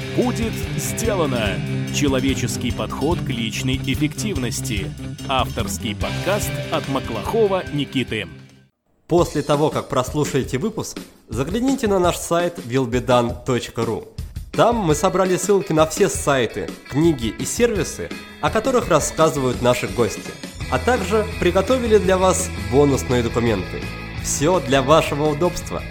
Будет сделано! Человеческий подход к личной эффективности. Авторский подкаст от Маклахова Никиты. После того, как прослушаете выпуск, загляните на наш сайт willbedone.ru. Там мы собрали ссылки на все сайты, книги и сервисы, о которых рассказывают наши гости, а также приготовили для вас бонусные документы. Все для вашего удобства.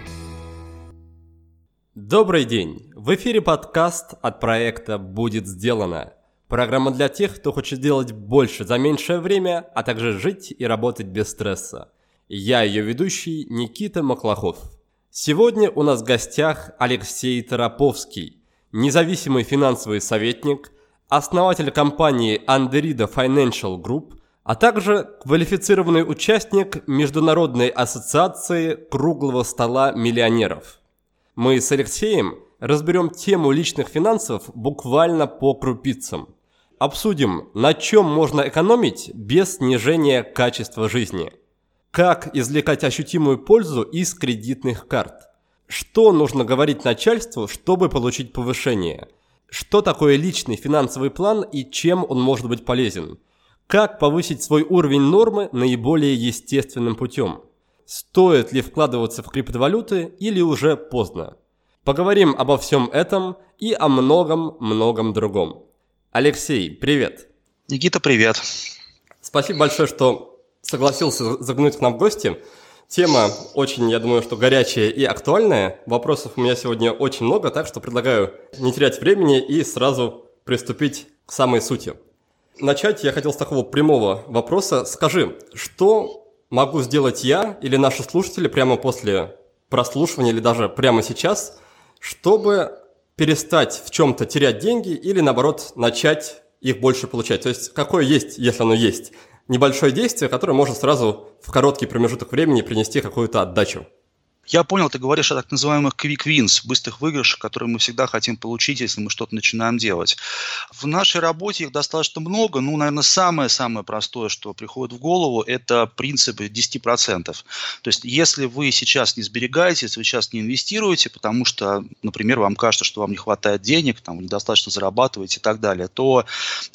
Добрый день! В эфире подкаст от проекта «Будет сделано». Программа для тех, кто хочет делать больше за меньшее время, а также жить и работать без стресса. Я ее ведущий Никита Маклахов. Сегодня у нас в гостях Алексей Тороповский, независимый финансовый советник, основатель компании Anderida Financial Group, а также квалифицированный участник Международной ассоциации круглого стола миллионеров. Мы с Алексеем разберем тему личных финансов буквально по крупицам. Обсудим, на чем можно экономить без снижения качества жизни. Как извлекать ощутимую пользу из кредитных карт. Что нужно говорить начальству, чтобы получить повышение. Что такое личный финансовый план и чем он может быть полезен. Как повысить свой уровень нормы наиболее естественным путем. Стоит ли вкладываться в криптовалюты или уже поздно? Поговорим обо всем этом и о многом другом. Алексей, привет! Никита, привет! Спасибо большое, что согласился заглянуть к нам в гости. Тема очень, я думаю, что горячая и актуальная. Вопросов у меня сегодня очень много, так что предлагаю не терять времени и сразу приступить к самой сути. Начать я хотел с такого прямого вопроса. Скажи, что могу сделать я или наши слушатели прямо после прослушивания или даже прямо сейчас, чтобы перестать в чем-то терять деньги или, наоборот, начать их больше получать? То есть, какое есть, если оно есть, небольшое действие, которое может сразу в короткий промежуток времени принести какую-то отдачу? Я понял, ты говоришь о так называемых quick wins, быстрых выигрышах, которые мы всегда хотим получить, если мы что-то начинаем делать. В нашей работе их достаточно много. Наверное, самое простое, что приходит в голову, это принцип 10%. То есть, если вы сейчас не сберегаете, если вы сейчас не инвестируете, потому что, например, вам кажется, что вам не хватает денег, вы недостаточно зарабатываете и так далее, то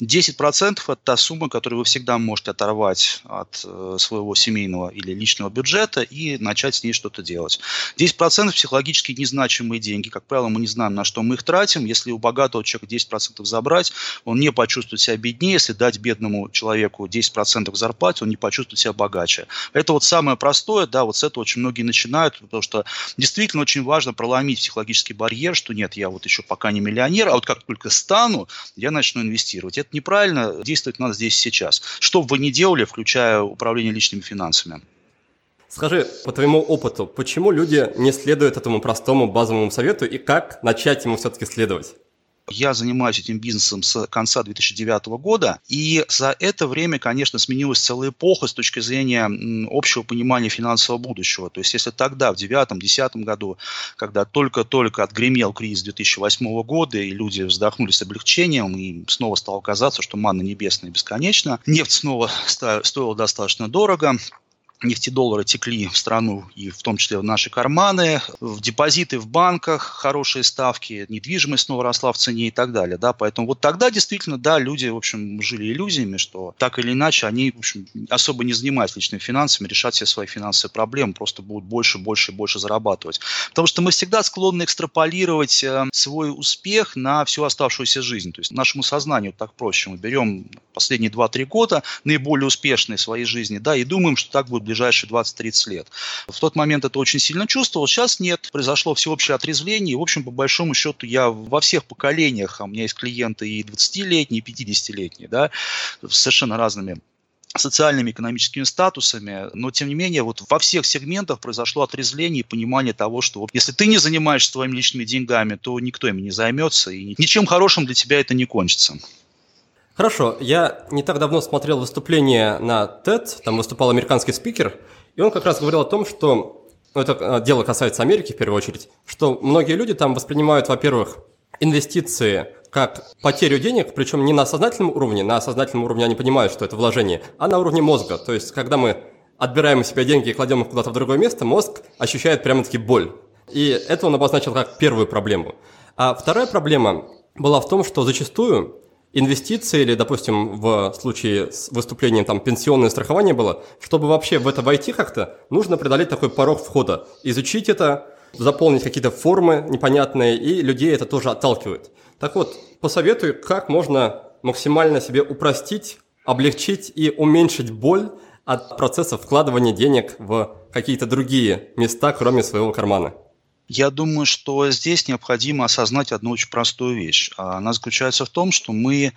10% – это та сумма, которую вы всегда можете оторвать от своего семейного или личного бюджета и начать с ней что-то делать. 10% психологически незначимые деньги. Как правило, мы не знаем, на что мы их тратим. Если у богатого человека 10% забрать, он не почувствует себя беднее. Если дать бедному человеку 10% зарплаты, он не почувствует себя богаче. Это самое простое, с этого очень многие начинают, потому что действительно очень важно проломить психологический барьер, что нет, я еще пока не миллионер, а как только стану, я начну инвестировать. Это неправильно, действовать надо здесь и сейчас. Что бы вы ни делали, включая управление личными финансами. Скажи, по твоему опыту, почему люди не следуют этому простому базовому совету и как начать ему все-таки следовать? Я занимаюсь этим бизнесом с конца 2009 года, и за это время, конечно, сменилась целая эпоха с точки зрения общего понимания финансового будущего. То есть, если тогда, в 2009-2010 году, когда только-только отгремел кризис 2008 года, и люди вздохнули с облегчением, и снова стало казаться, что манна небесная бесконечна, нефть снова стоила достаточно дорого, нефтедоллары текли в страну и в том числе в наши карманы, в депозиты в банках, хорошие ставки, недвижимость снова росла в цене и так далее. Поэтому тогда действительно, люди, в общем, жили иллюзиями, что так или иначе они, в общем, особо не занимаются личными финансами, решать все свои финансовые проблемы, просто будут больше зарабатывать. Потому что мы всегда склонны экстраполировать свой успех на всю оставшуюся жизнь. То есть нашему сознанию так проще. Мы берем последние 2-3 года, наиболее успешные в своей жизни, и думаем, что так будет в ближайшие 20-30 лет. В тот момент это очень сильно чувствовал, сейчас нет. Произошло всеобщее отрезвление, и, в общем, по большому счету, я во всех поколениях, у меня есть клиенты и 20-летние, и 50-летние, с совершенно разными социальными, экономическими статусами, но тем не менее во всех сегментах произошло отрезвление и понимание того, что если ты не занимаешься своими личными деньгами, то никто ими не займется, и ничем хорошим для тебя это не кончится. Хорошо, я не так давно смотрел выступление на TED, там выступал американский спикер, и он как раз говорил о том, что, это дело касается Америки в первую очередь, что многие люди там воспринимают, во-первых, инвестиции как потерю денег, причем не на сознательном уровне они понимают, что это вложение, а на уровне мозга. То есть, когда мы отбираем у себя деньги и кладем их куда-то в другое место, мозг ощущает прямо-таки боль. И это он обозначил как первую проблему. А вторая проблема была в том, что зачастую инвестиции или, допустим, в случае с выступлением там пенсионное страхование было, чтобы вообще в это войти как-то, нужно преодолеть такой порог входа, изучить это, заполнить какие-то формы непонятные, и людей это тоже отталкивает. Так вот, посоветуй, как можно максимально себе упростить, облегчить и уменьшить боль от процесса вкладывания денег в какие-то другие места, кроме своего кармана. Я думаю, что здесь необходимо осознать одну очень простую вещь. Она заключается в том, что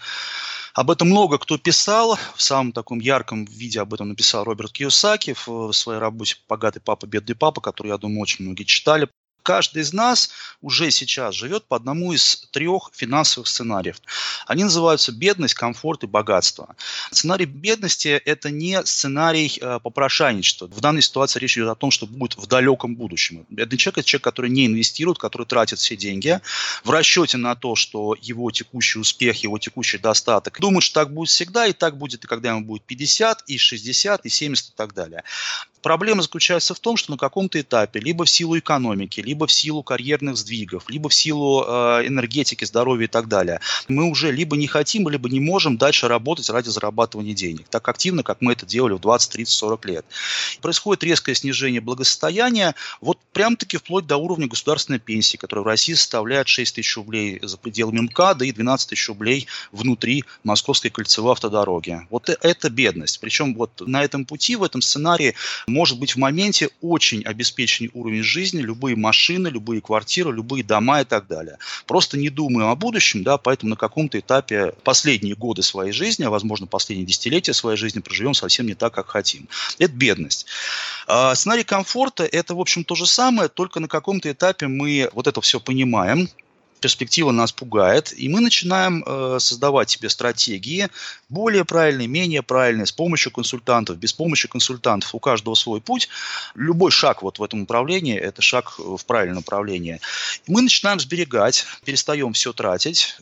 об этом много кто писал, в самом таком ярком виде об этом написал Роберт Кийосаки в своей работе «Богатый папа, бедный папа», которую, я думаю, очень многие читали. Каждый из нас уже сейчас живет по одному из 3 финансовых сценариев. Они называются бедность, комфорт и богатство. Сценарий бедности – это не сценарий попрошайничества. В данной ситуации речь идет о том, что будет в далеком будущем. Бедный человек – это человек, который не инвестирует, который тратит все деньги в расчете на то, что его текущий успех, его текущий достаток. Думает, что так будет всегда, и так будет, и когда ему будет 50, и 60, и 70 и так далее. Проблема заключается в том, что на каком-то этапе, либо в силу экономики, либо в силу карьерных сдвигов, либо в силу энергетики, здоровья и так далее, мы уже либо не хотим, либо не можем дальше работать ради зарабатывания денег, так активно, как мы это делали в 20, 30, 40 лет. Происходит резкое снижение благосостояния, вот прям-таки вплоть до уровня государственной пенсии, которая в России составляет 6 тысяч рублей за пределами МКАДа и 12 тысяч рублей внутри Московской кольцевой автодороги. Вот это бедность. Причем вот на этом пути, в этом сценарии может быть в моменте очень обеспеченный уровень жизни, любые машины, любые квартиры, любые дома и так далее. Просто не думаем о будущем, да, поэтому на каком-то этапе последние годы своей жизни, а возможно последние десятилетия своей жизни проживем совсем не так, как хотим. Это бедность. Сценарий комфорта – это, в общем, то же самое, только на каком-то этапе мы вот это все понимаем, перспектива нас пугает, и мы начинаем создавать себе стратегии, более правильные, менее правильные, с помощью консультантов, без помощи консультантов. У каждого свой путь. Любой шаг вот в этом направлении – это шаг в правильном направлении. Мы начинаем сберегать, перестаем все тратить.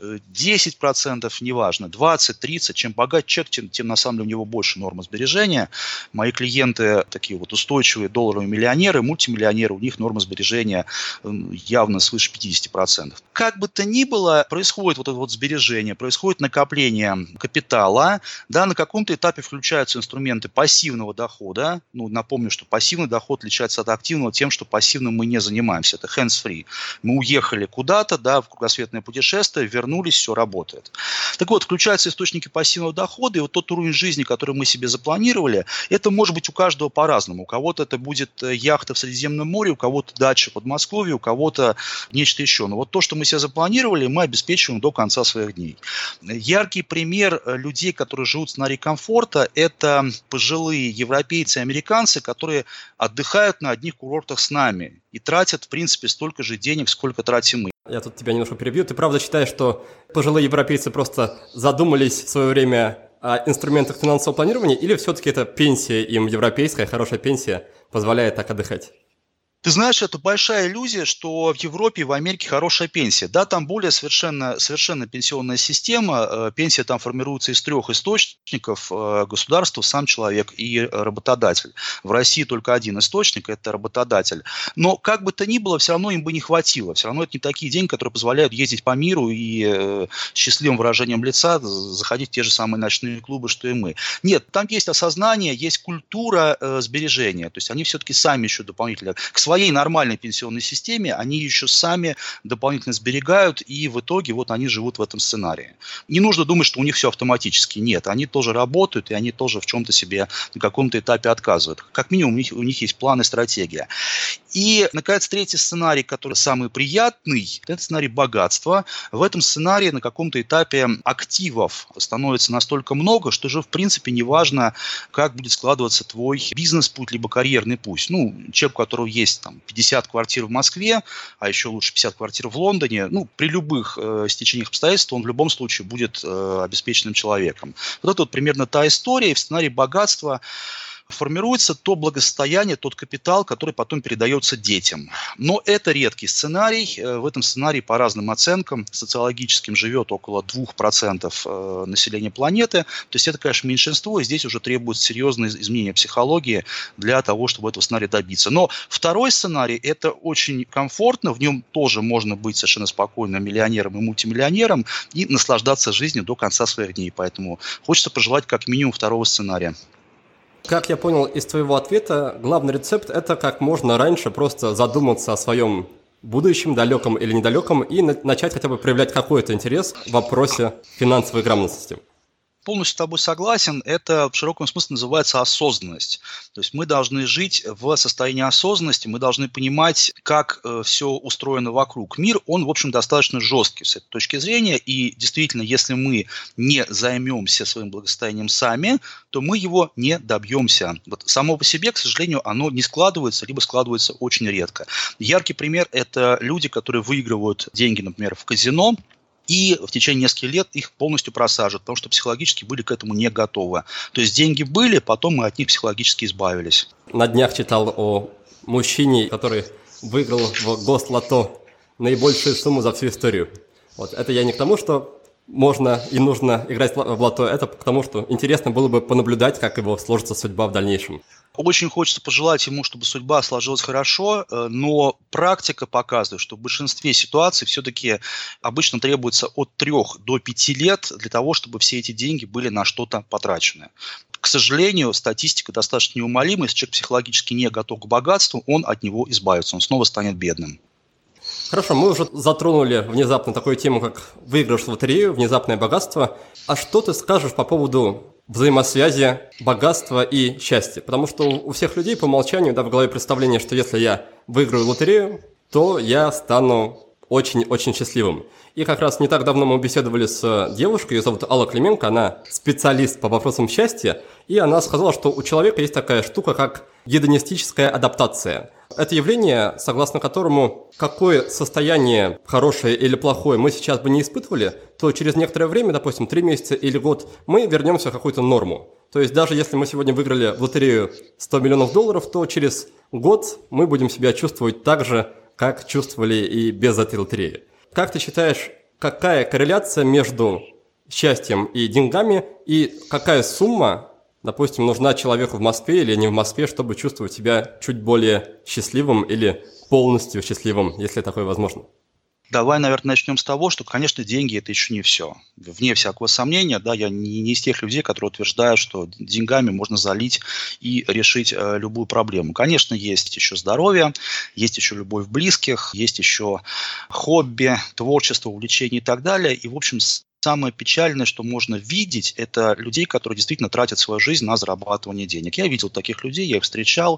10% неважно, 20, 30. Чем богаче человек, тем на самом деле у него больше норма сбережения. Мои клиенты такие вот устойчивые долларовые миллионеры, мультимиллионеры, у них норма сбережения явно свыше 50%. Как бы то ни было, происходит вот это вот сбережение, происходит накопление капитала, да, на каком-то этапе включаются инструменты пассивного дохода. Ну, напомню, что пассивный доход отличается от активного тем, что пассивным мы не занимаемся, это hands-free. Мы уехали куда-то, да, в кругосветное путешествие, вернулись, все работает. Так вот, включаются источники пассивного дохода, и вот тот уровень жизни, который мы себе запланировали, это может быть у каждого по-разному. У кого-то это будет яхта в Средиземном море, у кого-то дача в Подмосковье, у кого-то нечто еще. Но вот то, что мы себе запланировали, мы обеспечиваем до конца своих дней. Яркий пример людей, которые живут в сценарии комфорта, это пожилые европейцы и американцы, которые отдыхают на одних курортах с нами и тратят, в принципе, столько же денег, сколько тратим мы. Я тут тебя немножко перебью. Ты правда считаешь, что пожилые европейцы просто задумались в свое время о инструментах финансового планирования, или все-таки это пенсия им, европейская, хорошая пенсия, позволяет так отдыхать? Ты знаешь, это большая иллюзия, что в Европе и в Америке хорошая пенсия. Да, там более совершенно пенсионная система. Пенсия там формируется из 3 источников: государство, сам человек и работодатель. В России только один источник – это работодатель. Но как бы то ни было, все равно им бы не хватило. Все равно это не такие деньги, которые позволяют ездить по миру и счастливым выражением лица заходить в те же самые ночные клубы, что и мы. Нет, там есть осознание, есть культура сбережения. То есть они все-таки сами еще дополнительно к своей нормальной пенсионной системе они еще сами дополнительно сберегают, и в итоге вот они живут в этом сценарии. Не нужно думать, что у них все автоматически. Нет, они тоже работают, и они тоже в чем-то себе на каком-то этапе отказывают. Как минимум у них есть план и стратегия. И, наконец, третий сценарий, который самый приятный, это сценарий богатства. В этом сценарии на каком-то этапе активов становится настолько много, что уже в принципе не важно, как будет складываться твой бизнес-путь, либо карьерный путь. Ну, человек, у которого есть там 50 квартир в Москве, а еще лучше 50 квартир в Лондоне, ну, при любых стечениях обстоятельств он в любом случае будет обеспеченным человеком. Вот это вот примерно та история. И в сценарии богатства формируется то благосостояние, тот капитал, который потом передается детям. Но это редкий сценарий. В этом сценарии по разным оценкам социологическим живет около 2% населения планеты. То есть это, конечно, меньшинство, и здесь уже требуется серьезные изменения психологии для того, чтобы этого сценария добиться. Но второй сценарий – это очень комфортно, в нем тоже можно быть совершенно спокойно миллионером и мультимиллионером и наслаждаться жизнью до конца своих дней. Поэтому хочется пожелать как минимум второго сценария. Как я понял из твоего ответа, главный рецепт – это как можно раньше просто задуматься о своем будущем, далеком или недалеком, и начать хотя бы проявлять какой-то интерес в вопросе финансовой грамотности. Полностью с тобой согласен. Это в широком смысле называется осознанность. То есть мы должны жить в состоянии осознанности, мы должны понимать, как все устроено вокруг. Мир, он, в общем, достаточно жесткий с этой точки зрения. И действительно, если мы не займемся своим благосостоянием сами, то мы его не добьемся. Вот само по себе, к сожалению, оно не складывается, либо складывается очень редко. Яркий пример – это люди, которые выигрывают деньги, например, в казино, и в течение нескольких лет их полностью просаживают, потому что психологически были к этому не готовы. То есть деньги были, потом мы от них психологически избавились. На днях читал о мужчине, который выиграл в Гослото наибольшую сумму за всю историю. Вот. Это я не к тому, что можно и нужно играть в лото, это к тому, что интересно было бы понаблюдать, как его сложится судьба в дальнейшем. Очень хочется пожелать ему, чтобы судьба сложилась хорошо, но практика показывает, что в большинстве ситуаций все-таки обычно требуется от 3 до 5 лет для того, чтобы все эти деньги были на что-то потрачены. К сожалению, статистика достаточно неумолима. Если человек психологически не готов к богатству, он от него избавится, он снова станет бедным. Хорошо, мы уже затронули внезапно такую тему, как выигрыш в лотерею, внезапное богатство. А что ты скажешь по поводу взаимосвязи богатства и счастья? Потому что у всех людей по умолчанию в голове представление, что если я выиграю лотерею, то я стану очень-очень счастливым. И как раз не так давно мы беседовали с девушкой, ее зовут Алла Клименко, она специалист по вопросам счастья, и она сказала, что у человека есть такая штука, как гедонистическая адаптация. Это явление, согласно которому какое состояние, хорошее или плохое, мы сейчас бы не испытывали, то через некоторое время, допустим, 3 месяца или год, мы вернемся в какую-то норму. То есть даже если мы сегодня выиграли в лотерею $100 миллионов, то через год мы будем себя чувствовать так же, как чувствовали и без этой лотереи. Как ты считаешь, какая корреляция между счастьем и деньгами, и какая сумма, допустим, нужна человеку в Москве или не в Москве, чтобы чувствовать себя чуть более счастливым или полностью счастливым, если такое возможно? Давай, наверное, начнем с того, что, конечно, деньги – это еще не все. Вне всякого сомнения, да, я не из тех людей, которые утверждают, что деньгами можно залить и решить любую проблему. Конечно, есть еще здоровье, есть еще любовь близких, есть еще хобби, творчество, увлечения и так далее. И, в общем, самое печальное, что можно видеть, это людей, которые действительно тратят свою жизнь на зарабатывание денег. Я видел таких людей, я их встречал,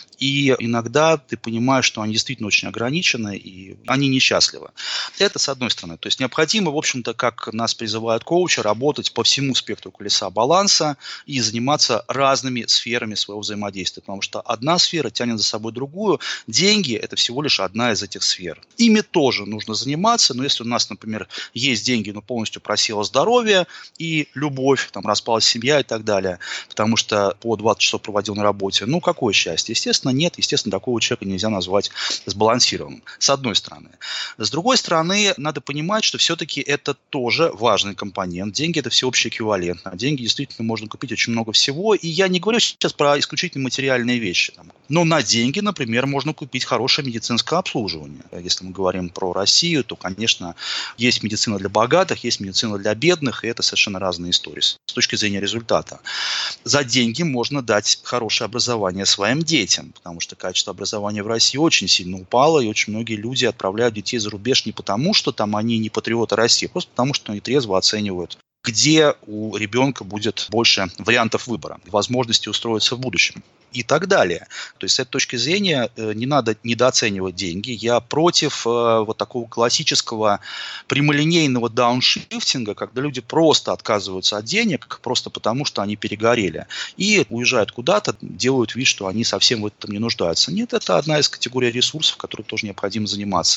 и иногда ты понимаешь, что они действительно очень ограничены, и они несчастливы. Это с одной стороны. То есть необходимо, в общем-то, как нас призывают коучи, работать по всему спектру колеса баланса и заниматься разными сферами своего взаимодействия, потому что одна сфера тянет за собой другую. Деньги – это всего лишь одна из этих сфер. Ими тоже нужно заниматься, но если у нас, например, есть деньги, но полностью просело здоровье и любовь, там распалась семья и так далее, потому что по 20 часов проводил на работе. Ну, какое счастье? Естественно, нет. Естественно, такого человека нельзя назвать сбалансированным, с одной стороны. С другой стороны, надо понимать, что все-таки это тоже важный компонент. Деньги – это всеобщий эквивалент. На деньги действительно можно купить очень много всего. И я не говорю сейчас про исключительно материальные вещи. Но на деньги, например, можно купить хорошее медицинское обслуживание. Если мы говорим про Россию, то, конечно, есть медицина для богатых, есть медицина для бедных, и это совершенно разные истории с точки зрения результата. За деньги можно дать хорошее образование своим детям, потому что качество образования в России очень сильно упало, и очень многие люди отправляют детей за рубеж не потому, что там они не патриоты России, просто потому, что они трезво оценивают, где у ребенка будет больше вариантов выбора, возможности устроиться в будущем и так далее. То есть с этой точки зрения не надо недооценивать деньги. Я против вот такого классического прямолинейного дауншифтинга, когда люди просто отказываются от денег, просто потому, что они перегорели, и уезжают куда-то, делают вид, что они совсем в этом не нуждаются. Нет, это одна из категорий ресурсов, которой тоже необходимо заниматься.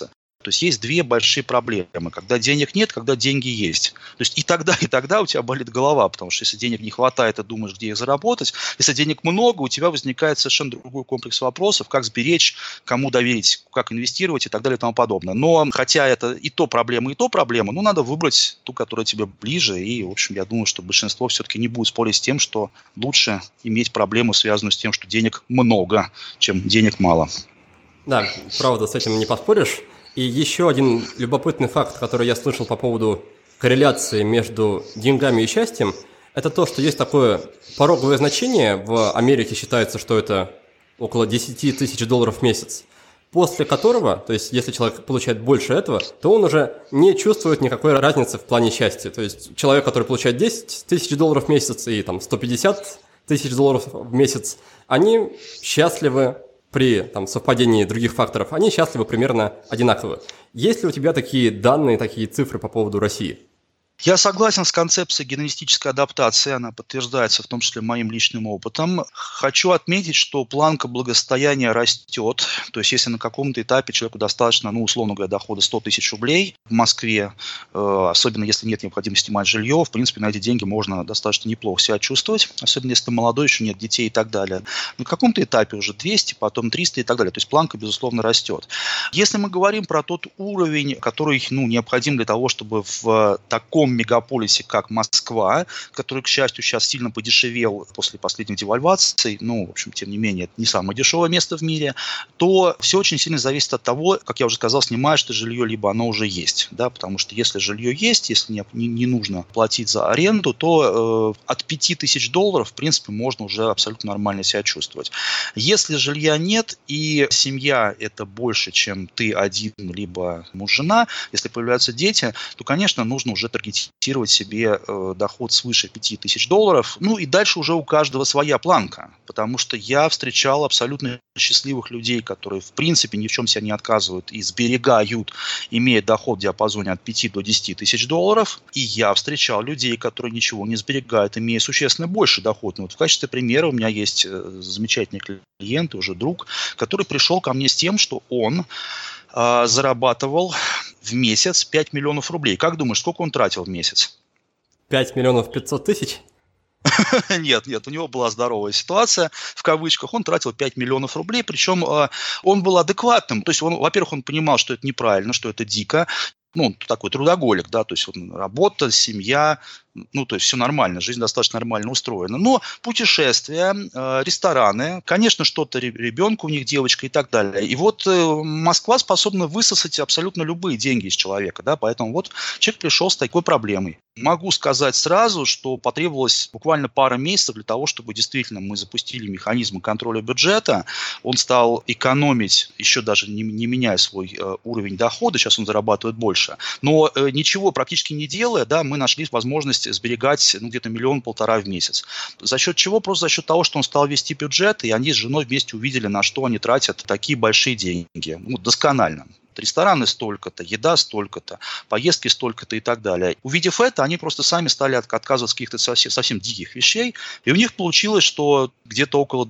То есть есть две большие проблемы. Когда денег нет, когда деньги есть. То есть и тогда у тебя болит голова, потому что если денег не хватает, ты думаешь, где их заработать. Если денег много, у тебя возникает совершенно другой комплекс вопросов, как сберечь, кому доверить, как инвестировать и так далее и тому подобное. Но хотя это и то проблема, ну, надо выбрать ту, которая тебе ближе. И, в общем, я думаю, что большинство все-таки не будет спорить с тем, что лучше иметь проблему, связанную с тем, что денег много, чем денег мало. Да, правда, с этим не поспоришь. И еще один любопытный факт, который я слышал по поводу корреляции между деньгами и счастьем, это то, что есть такое пороговое значение, в Америке считается, что это около 10 тысяч долларов в месяц, после которого, то есть если человек получает больше этого, то он уже не чувствует никакой разницы в плане счастья. То есть человек, который получает 10 тысяч долларов в месяц и там 150 тысяч долларов в месяц, они счастливы при совпадении других факторов, они счастливы примерно одинаково. Есть ли у тебя такие данные, такие цифры по поводу России? Я согласен с концепцией генетической адаптации, она подтверждается в том числе моим личным опытом. Хочу отметить, что планка благосостояния растет, то есть если на каком-то этапе человеку достаточно, условно говоря, дохода 100 тысяч рублей в Москве, особенно если нет необходимости снимать жилье, в принципе, на эти деньги можно достаточно неплохо себя чувствовать, особенно если ты молодой, еще нет детей и так далее. На каком-то этапе уже 200, потом 300 и так далее, то есть планка, безусловно, растет. Если мы говорим про тот уровень, который необходим для того, чтобы в таком мегаполисе, как Москва, который, к счастью, сейчас сильно подешевел после последних девальваций, в общем, тем не менее, это не самое дешевое место в мире, то все очень сильно зависит от того, как я уже сказал, снимаешь ты жилье, либо оно уже есть, да, потому что если жилье есть, если не нужно платить за аренду, то от 5000 долларов, в принципе, можно уже абсолютно нормально себя чувствовать. Если жилья нет, и семья это больше, чем ты один, либо муж-жена, если появляются дети, то, конечно, нужно уже таргетировать себе доход свыше 5000 долларов. И дальше уже у каждого своя планка. Потому что я встречал абсолютно счастливых людей, которые в принципе ни в чем себя не отказывают и сберегают, имея доход в диапазоне от 5 до 10 тысяч долларов. И я встречал людей, которые ничего не сберегают, имея существенно больше доход. В качестве примера у меня есть замечательный клиент, уже друг, который пришел ко мне с тем, что он зарабатывал в месяц 5 миллионов рублей. Как думаешь, сколько он тратил в месяц? 5 миллионов 500 тысяч? Нет, у него была здоровая ситуация, в кавычках, он тратил 5 миллионов рублей, причем он был адекватным, то есть, во-первых, он понимал, что это неправильно, что это дико, он такой трудоголик, да, то есть работа, семья, то есть все нормально, жизнь достаточно нормально устроена. Но путешествия, рестораны, конечно, что-то ребенку у них, девочка и так далее. И вот Москва способна высосать абсолютно любые деньги из человека, да, поэтому вот человек пришел с такой проблемой. Могу сказать сразу, что потребовалось буквально пара месяцев для того, чтобы действительно мы запустили механизмы контроля бюджета. Он стал экономить, еще даже не меняя свой уровень дохода, сейчас он зарабатывает больше. Но ничего практически не делая, да, мы нашли возможность сберегать где-то 1-1,5 миллиона в месяц. За счет чего? Просто за счет того, что он стал вести бюджет, и они с женой вместе увидели, на что они тратят такие большие деньги. Досконально. Рестораны столько-то, еда столько-то, поездки столько-то и так далее. Увидев это, они просто сами стали отказываться от каких-то совсем диких вещей, и у них получилось, что где-то около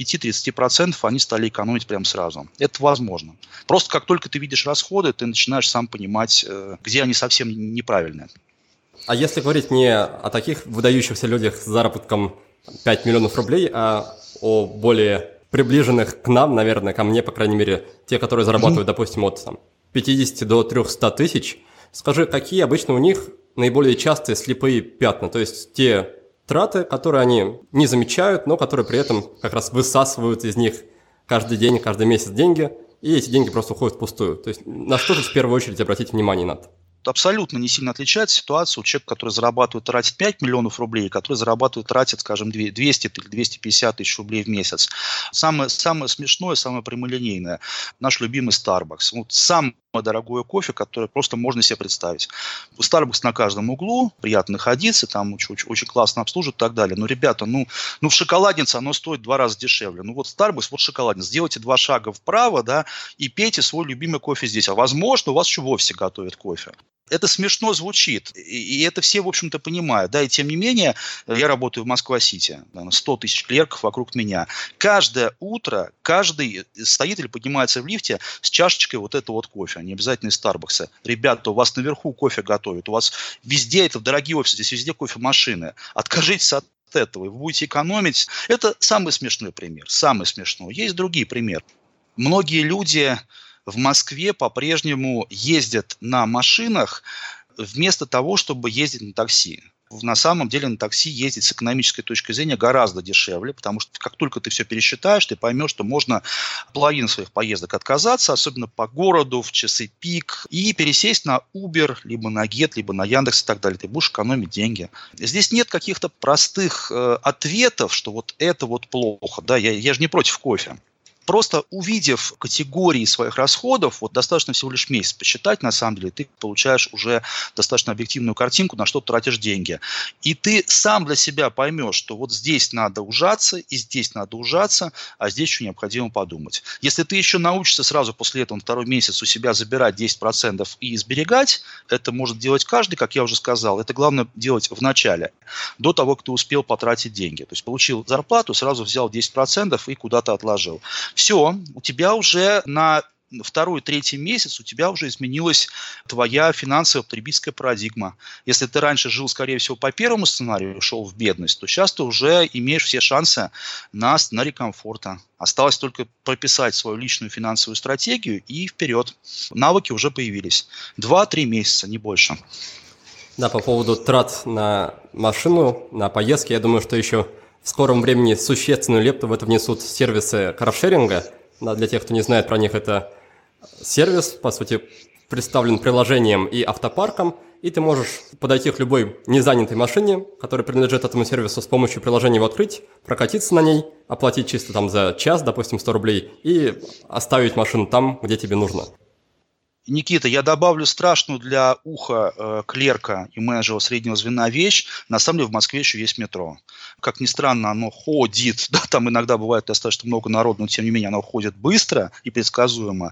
25-30% они стали экономить прямо сразу. Это возможно. Просто как только ты видишь расходы, ты начинаешь сам понимать, где они совсем неправильные. А если говорить не о таких выдающихся людях с заработком 5 миллионов рублей, а о более приближенных к нам, наверное, ко мне, по крайней мере, те, которые зарабатывают, допустим, от 50 до 300 тысяч, скажи, какие обычно у них наиболее частые слепые пятна, то есть те траты, которые они не замечают, но которые при этом как раз высасывают из них каждый день, каждый месяц деньги, и эти деньги просто уходят впустую. То есть на что же в первую очередь обратить внимание надо? Абсолютно не сильно отличается ситуация у человека, который зарабатывает, тратит 5 миллионов рублей, который зарабатывает, тратит, скажем, 200 или 250 тысяч рублей в месяц. Самое смешное, самое прямолинейное – наш любимый Starbucks. Самое дорогое кофе, которое просто можно себе представить. Starbucks на каждом углу, приятно находиться, там очень классно обслуживают и так далее. Но, ребята, в шоколаднице оно стоит в 2 раза дешевле. Starbucks, вот шоколадница. Сделайте 2 шага вправо, да, и пейте свой любимый кофе здесь. А возможно, у вас еще вовсе готовят кофе. Это смешно звучит, и это все, в общем-то, понимают. Да, и тем не менее, я работаю в Москва-Сити, 100 тысяч клерков вокруг меня. Каждое утро каждый стоит или поднимается в лифте с чашечкой вот этого вот кофе, а не обязательно из Старбакса. Ребята, у вас наверху кофе готовят, у вас везде, это дорогие офисы, здесь везде кофемашины. Откажитесь от этого, и вы будете экономить. Это самый смешной пример, самый смешной. Есть другие примеры. Многие люди в Москве по-прежнему ездят на машинах вместо того, чтобы ездить на такси. На самом деле на такси ездить с экономической точки зрения гораздо дешевле, потому что как только ты все пересчитаешь, ты поймешь, что можно половину своих поездок отказаться, особенно по городу, в часы пик, и пересесть на Uber, либо на Get, либо на Яндекс и так далее. Ты будешь экономить деньги. Здесь нет каких-то простых ответов, что вот это вот плохо. Да, я же не против кофе. Просто увидев категории своих расходов, вот достаточно всего лишь месяц посчитать, на самом деле, ты получаешь уже достаточно объективную картинку, на что ты тратишь деньги. И ты сам для себя поймешь, что вот здесь надо ужаться, и здесь надо ужаться, а здесь еще необходимо подумать. Если ты еще научишься сразу после этого на второй месяц у себя забирать 10% и сберегать, это может делать каждый, как я уже сказал. Это главное делать в начале, до того, как ты успел потратить деньги. То есть получил зарплату, сразу взял 10% и куда-то отложил. Все, у тебя уже на второй, третий месяц у тебя уже изменилась твоя финансовая потребительская парадигма. Если ты раньше жил, скорее всего, по первому сценарию, шел в бедность, то сейчас ты уже имеешь все шансы на сценарий комфорта. Осталось только прописать свою личную финансовую стратегию и вперед. Навыки уже появились. 2-3 месяца, не больше. Да, по поводу трат на машину, на поездки, я думаю, что еще в скором времени существенную лепту в это внесут сервисы каршеринга. Да, для тех, кто не знает про них, это сервис, по сути, представлен приложением и автопарком, и ты можешь подойти к любой незанятой машине, которая принадлежит этому сервису, с помощью приложения его открыть, прокатиться на ней, оплатить чисто там за час, допустим, 100 рублей, и оставить машину там, где тебе нужно. Никита, я добавлю страшную для уха клерка и менеджера среднего звена вещь. На самом деле в Москве еще есть метро. Как ни странно, оно ходит. Да, там иногда бывает достаточно много народу, но тем не менее оно ходит быстро и предсказуемо.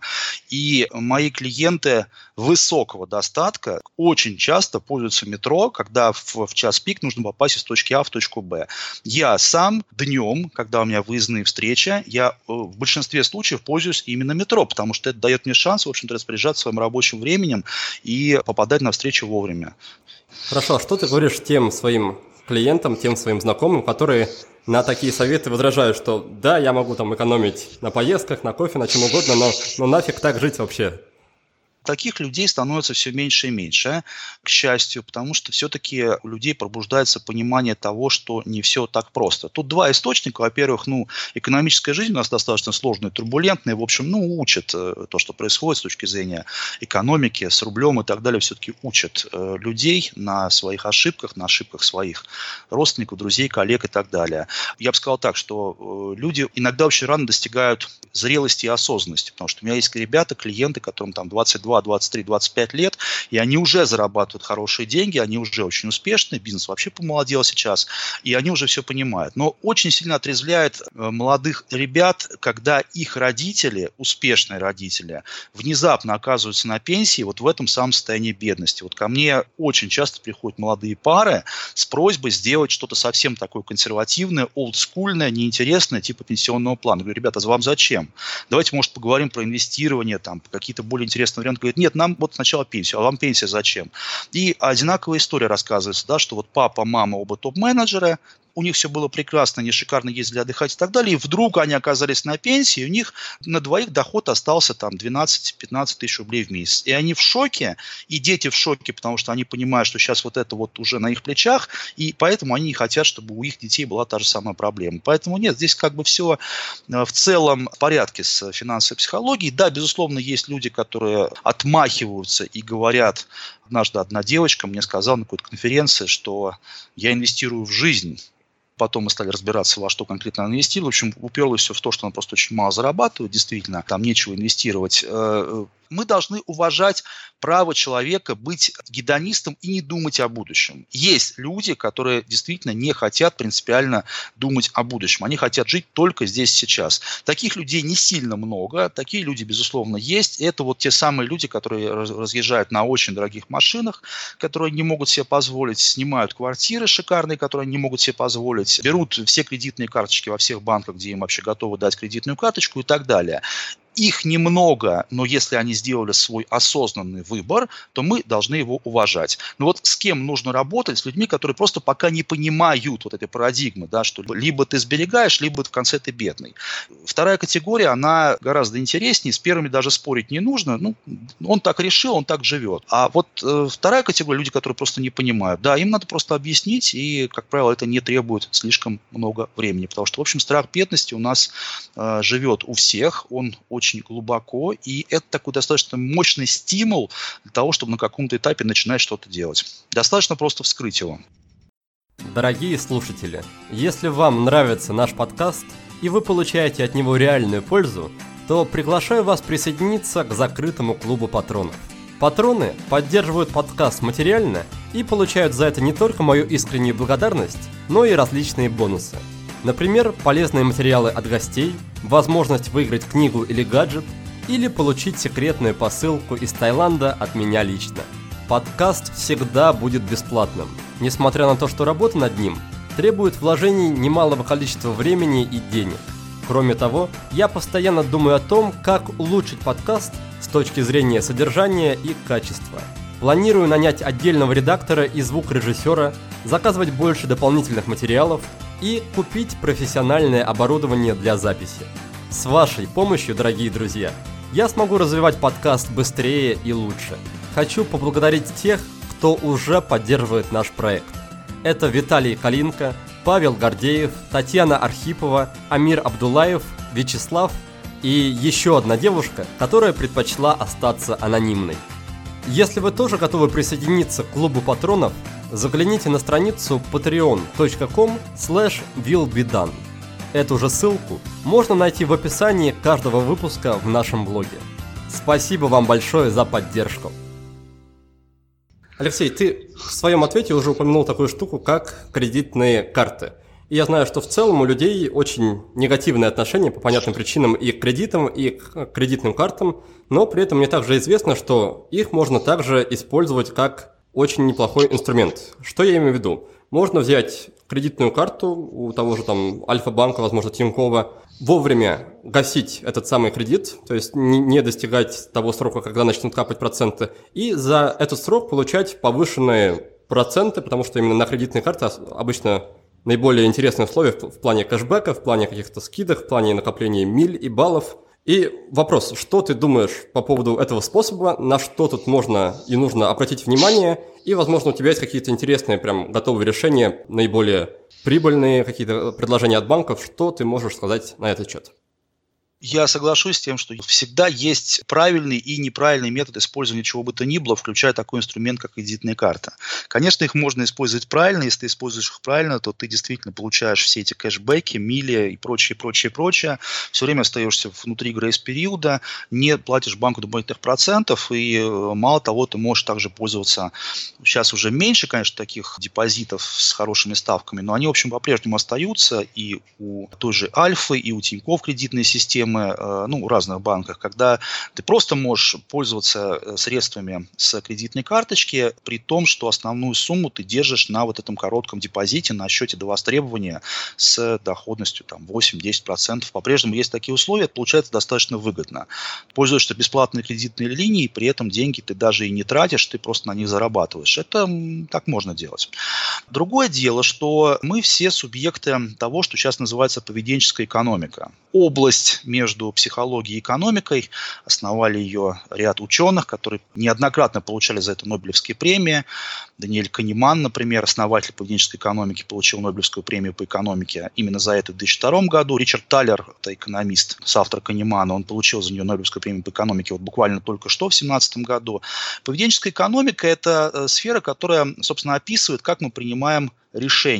И мои клиенты высокого достатка очень часто пользуются метро, когда в час пик нужно попасть из точки А в точку Б. Я сам днем, когда у меня выездные встречи, я в большинстве случаев пользуюсь именно метро, потому что это дает мне шанс, в общем-то, распоряжаться своим рабочим временем и попадать на встречу вовремя. Хорошо, а что ты говоришь тем своим клиентам, тем своим знакомым, которые на такие советы возражают, что да, я могу там экономить на поездках, на кофе, на чем угодно, но нафиг так жить вообще? Таких людей становится все меньше и меньше, к счастью, потому что все-таки у людей пробуждается понимание того, что не все так просто. Тут два источника. Во-первых, экономическая жизнь у нас достаточно сложная, турбулентная, в общем, учит то, что происходит с точки зрения экономики, с рублем и так далее, все-таки учит людей на своих ошибках, на ошибках своих родственников, друзей, коллег и так далее. Я бы сказал так, что люди иногда очень рано достигают зрелости и осознанности, потому что у меня есть ребята, клиенты, которым там 22, 23, 25 лет, и они уже зарабатывают хорошие деньги, они уже очень успешны, бизнес вообще помолодел сейчас, и они уже все понимают. Но очень сильно отрезвляет молодых ребят, когда их родители, успешные родители, внезапно оказываются на пенсии вот в этом самом состоянии бедности. Вот ко мне очень часто приходят молодые пары с просьбой сделать что-то совсем такое консервативное, олдскульное, неинтересное, типа пенсионного плана. Я говорю, ребята, а вам зачем? Давайте, может, поговорим про инвестирование, там, какие-то более интересные варианты. Говорит, нет, нам вот сначала пенсию, а вам пенсия зачем? И одинаковая история рассказывается, да, что вот папа, мама, оба топ-менеджеры, у них все было прекрасно, они шикарно ездили отдыхать и так далее, и вдруг они оказались на пенсии, у них на двоих доход остался там 12-15 тысяч рублей в месяц. И они в шоке, и дети в шоке, потому что они понимают, что сейчас вот это вот уже на их плечах, и поэтому они не хотят, чтобы у их детей была та же самая проблема. Поэтому нет, здесь как бы все в целом в порядке с финансовой психологией. Да, безусловно, есть люди, которые отмахиваются и говорят. Однажды одна девочка мне сказала на какой-то конференции, что я инвестирую в жизнь. Потом мы стали разбираться, во что конкретно она инвестирует. В общем, уперлось все в то, что она просто очень мало зарабатывает. Действительно, там нечего инвестировать. Мы должны уважать право человека быть гедонистом и не думать о будущем. Есть люди, которые действительно не хотят принципиально думать о будущем. Они хотят жить только здесь и сейчас. Таких людей не сильно много. Такие люди, безусловно, есть. Это вот те самые люди, которые разъезжают на очень дорогих машинах, которые не могут себе позволить, снимают квартиры шикарные, которые не могут себе позволить, берут все кредитные карточки во всех банках, где им вообще готовы дать кредитную карточку и так далее. Их немного, но если они сделали свой осознанный выбор, то мы должны его уважать. Но вот с кем нужно работать? С людьми, которые просто пока не понимают вот этой парадигмы, да, что либо ты сберегаешь, либо в конце ты бедный. Вторая категория, она гораздо интереснее, с первыми даже спорить не нужно. Ну, он так решил, он так живет. А вот вторая категория, люди, которые просто не понимают, да, им надо просто объяснить, и, как правило, это не требует слишком много времени, потому что, в общем, страх бедности у нас живет у всех, он очень глубоко, и это такой достаточно мощный стимул для того, чтобы на каком-то этапе начинать что-то делать. Достаточно просто вскрыть его. Дорогие слушатели, если вам нравится наш подкаст и вы получаете от него реальную пользу, то приглашаю вас присоединиться к закрытому клубу патронов. Патроны поддерживают подкаст материально и получают за это не только мою искреннюю благодарность, но и различные бонусы. Например, полезные материалы от гостей, возможность выиграть книгу или гаджет, или получить секретную посылку из Таиланда от меня лично. Подкаст всегда будет бесплатным, несмотря на то, что работа над ним требует вложений немалого количества времени и денег. Кроме того, я постоянно думаю о том, как улучшить подкаст с точки зрения содержания и качества. Планирую нанять отдельного редактора и звукорежиссера, заказывать больше дополнительных материалов и купить профессиональное оборудование для записи. С вашей помощью, дорогие друзья, я смогу развивать подкаст быстрее и лучше. Хочу поблагодарить тех, кто уже поддерживает наш проект. Это Виталий Калинко, Павел Гордеев, Татьяна Архипова, Амир Абдулаев, Вячеслав и еще одна девушка, которая предпочла остаться анонимной. Если вы тоже готовы присоединиться к клубу патронов, загляните на страницу patreon.com/willbedone. Эту же ссылку можно найти в описании каждого выпуска в нашем блоге. Спасибо вам большое за поддержку. Алексей, ты в своем ответе уже упомянул такую штуку, как кредитные карты. И я знаю, что в целом у людей очень негативное отношение по понятным причинам и к кредитам, и к кредитным картам, но при этом мне также известно, что их можно также использовать как очень неплохой инструмент. Что я имею в виду? Можно взять кредитную карту у того же там Альфа-банка, возможно, Тинькова, вовремя гасить этот самый кредит, то есть не достигать того срока, когда начнут капать проценты, и за этот срок получать повышенные проценты, потому что именно на кредитные карты обычно наиболее интересные условия в плане кэшбэка, в плане каких-то скидок, в плане накопления миль и баллов. И вопрос, что ты думаешь по поводу этого способа, на что тут можно и нужно обратить внимание, и, возможно, у тебя есть какие-то интересные прям готовые решения, наиболее прибыльные какие-то предложения от банков, что ты можешь сказать на этот счет? Я соглашусь с тем, что всегда есть правильный и неправильный метод использования чего бы то ни было, включая такой инструмент, как кредитная карта. Конечно, их можно использовать правильно. Если ты используешь их правильно, то ты действительно получаешь все эти кэшбэки, мили и прочее. Все время остаешься внутри грейс-периода, не платишь банку дополнительных процентов, и мало того, ты можешь также пользоваться. Сейчас уже меньше, конечно, таких депозитов с хорошими ставками, но они, в общем, по-прежнему остаются и у той же Альфы, и у Тинькофф кредитные системы, в разных банках, когда ты просто можешь пользоваться средствами с кредитной карточки, при том, что основную сумму ты держишь на вот этом коротком депозите на счете до востребования с доходностью 8-10%. По-прежнему есть такие условия, это получается достаточно выгодно. Пользуешься бесплатной кредитной линией, при этом деньги ты даже и не тратишь, ты просто на них зарабатываешь. Это так можно делать. Другое дело, что мы все субъекты того, что сейчас называется поведенческая экономика. Область между психологией и экономикой. Основали ее ряд ученых, которые неоднократно получали за это Нобелевские премии. Даниэль Канеман, например, основатель поведенческой экономики, получил Нобелевскую премию по экономике именно за это в 2002 году. Ричард Талер, это экономист, соавтор Канемана, он получил за нее Нобелевскую премию по экономике вот буквально только что в 2017 году. Поведенческая экономика – это сфера, которая, собственно, описывает, как мы принимаем решения.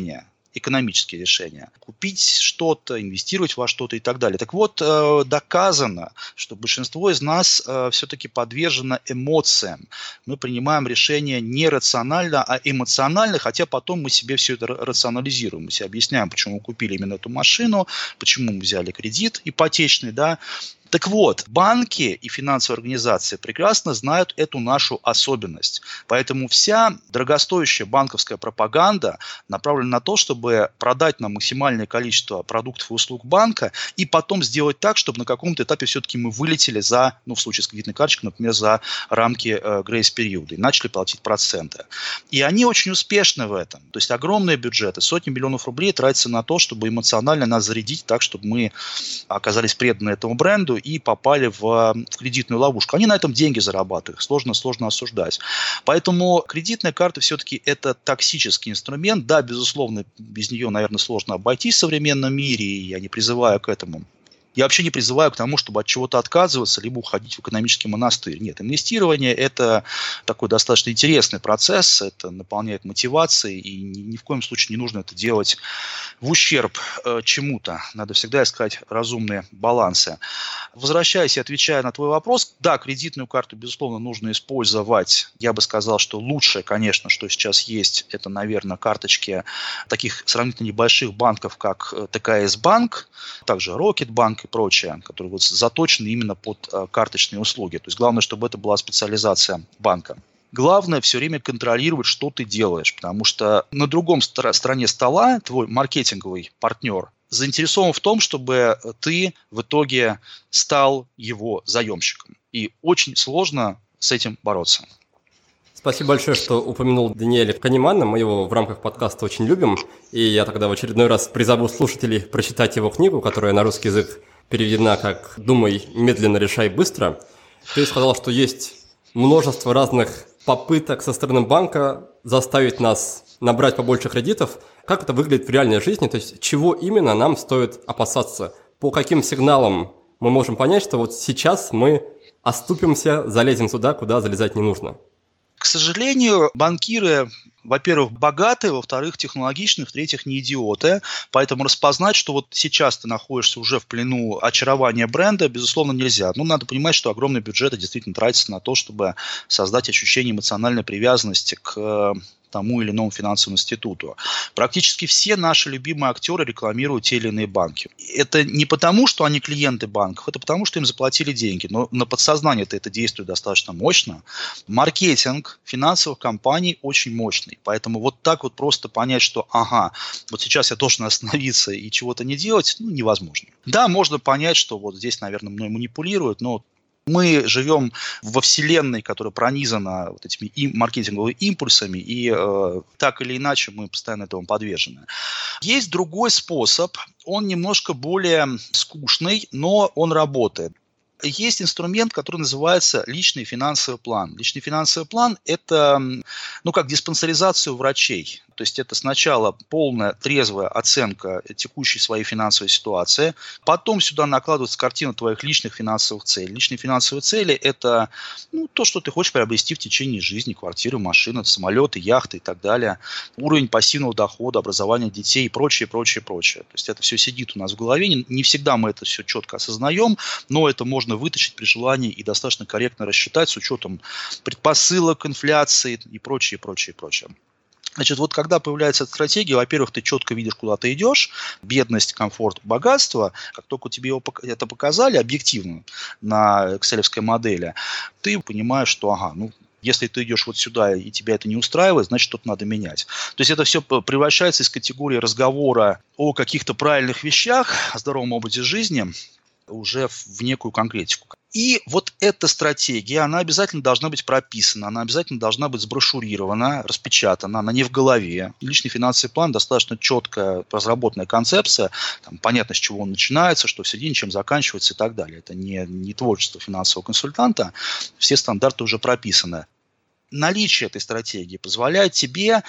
экономические решения. Купить что-то, инвестировать во что-то и так далее. Так вот, доказано, что большинство из нас все-таки подвержено эмоциям. Мы принимаем решения не рационально, а эмоционально, хотя потом мы себе все это рационализируем. Мы себе объясняем, почему мы купили именно эту машину, почему мы взяли кредит ипотечный, да. Так вот, банки и финансовые организации прекрасно знают эту нашу особенность. Поэтому вся дорогостоящая банковская пропаганда направлена на то, чтобы продать нам максимальное количество продуктов и услуг банка и потом сделать так, чтобы на каком-то этапе все-таки мы вылетели за, в случае с кредитной карточкой, например, за рамки грейс-периода и начали платить проценты. И они очень успешны в этом. То есть огромные бюджеты, сотни миллионов рублей тратятся на то, чтобы эмоционально нас зарядить так, чтобы мы оказались преданы этому бренду и попали в кредитную ловушку. Они на этом деньги зарабатывают, сложно осуждать. Поэтому кредитная карта все-таки это токсический инструмент. Да, безусловно, без нее, наверное, сложно обойтись в современном мире, и я не призываю к этому. Я вообще не призываю к тому, чтобы от чего-то отказываться, либо уходить в экономический монастырь. Нет, инвестирование – это такой достаточно интересный процесс, это наполняет мотивацией, и ни в коем случае не нужно это делать в ущерб чему-то. Надо всегда искать разумные балансы. Возвращаясь и отвечая на твой вопрос, да, кредитную карту, безусловно, нужно использовать. Я бы сказал, что лучшее, конечно, что сейчас есть, это, наверное, карточки таких сравнительно небольших банков, как ТКС-банк, также Рокетбанк и прочее, которые вот заточены именно под карточные услуги. То есть главное, чтобы это была специализация банка. Главное все время контролировать, что ты делаешь, потому что на другом стороне стола твой маркетинговый партнер заинтересован в том, чтобы ты в итоге стал его заемщиком. И очень сложно с этим бороться. Спасибо большое, что упомянул Даниэля Канемана. Мы его в рамках подкаста очень любим. И я тогда в очередной раз призову слушателей прочитать его книгу, которая на русский язык переведена как «Думай медленно, решай быстро». Ты сказал, что есть множество разных попыток со стороны банка заставить нас набрать побольше кредитов. Как это выглядит в реальной жизни? То есть чего именно нам стоит опасаться? По каким сигналам мы можем понять, что вот сейчас мы оступимся, залезем туда, куда залезать не нужно? К сожалению, банкиры, во-первых, богатые, во-вторых, технологичные, в-третьих, не идиоты. Поэтому распознать, что вот сейчас ты находишься уже в плену очарования бренда, безусловно, нельзя. Но надо понимать, что огромные бюджеты действительно тратятся на то, чтобы создать ощущение эмоциональной привязанности к тому или иному финансовому институту. Практически все наши любимые актеры рекламируют те или иные банки. Это не потому, что они клиенты банков, это потому, что им заплатили деньги. Но на подсознание это действует достаточно мощно. Маркетинг финансовых компаний очень мощный. Поэтому вот так вот просто понять, что вот сейчас я должен остановиться и чего-то не делать, невозможно. Да, можно понять, что вот здесь, наверное, мной манипулируют, но мы живем во вселенной, которая пронизана вот этими маркетинговыми импульсами, и так или иначе мы постоянно этому подвержены. Есть другой способ, он немножко более скучный, но он работает. Есть инструмент, который называется личный финансовый план. Личный финансовый план – это как диспансеризация у врачей. То есть это сначала полная трезвая оценка текущей своей финансовой ситуации, потом сюда накладывается картина твоих личных финансовых целей. Личные финансовые цели – это то, что ты хочешь приобрести в течение жизни: квартиры, машины, самолеты, яхты и так далее, уровень пассивного дохода, образование детей и прочее, прочее, прочее. То есть это все сидит у нас в голове. Не всегда мы это все четко осознаем, но это можно вытащить при желании и достаточно корректно рассчитать с учетом предпосылок, инфляции и прочее, прочее, прочее. Значит, вот когда появляется эта стратегия, во-первых, ты четко видишь, куда ты идешь, бедность, комфорт, богатство. Как только тебе это показали объективно на экселевской модели, ты понимаешь, что если ты идешь вот сюда и тебя это не устраивает, значит, что-то надо менять. То есть это все превращается из категории разговора о каких-то правильных вещах, о здоровом образе жизни уже в некую конкретику. И вот эта стратегия, она обязательно должна быть прописана, она обязательно должна быть сброшюрирована, распечатана, она не в голове. Личный финансовый план — достаточно четкая, разработанная концепция, понятно, с чего он начинается, что в середине, чем заканчивается и так далее. Это не творчество финансового консультанта, все стандарты уже прописаны. Наличие этой стратегии позволяет тебе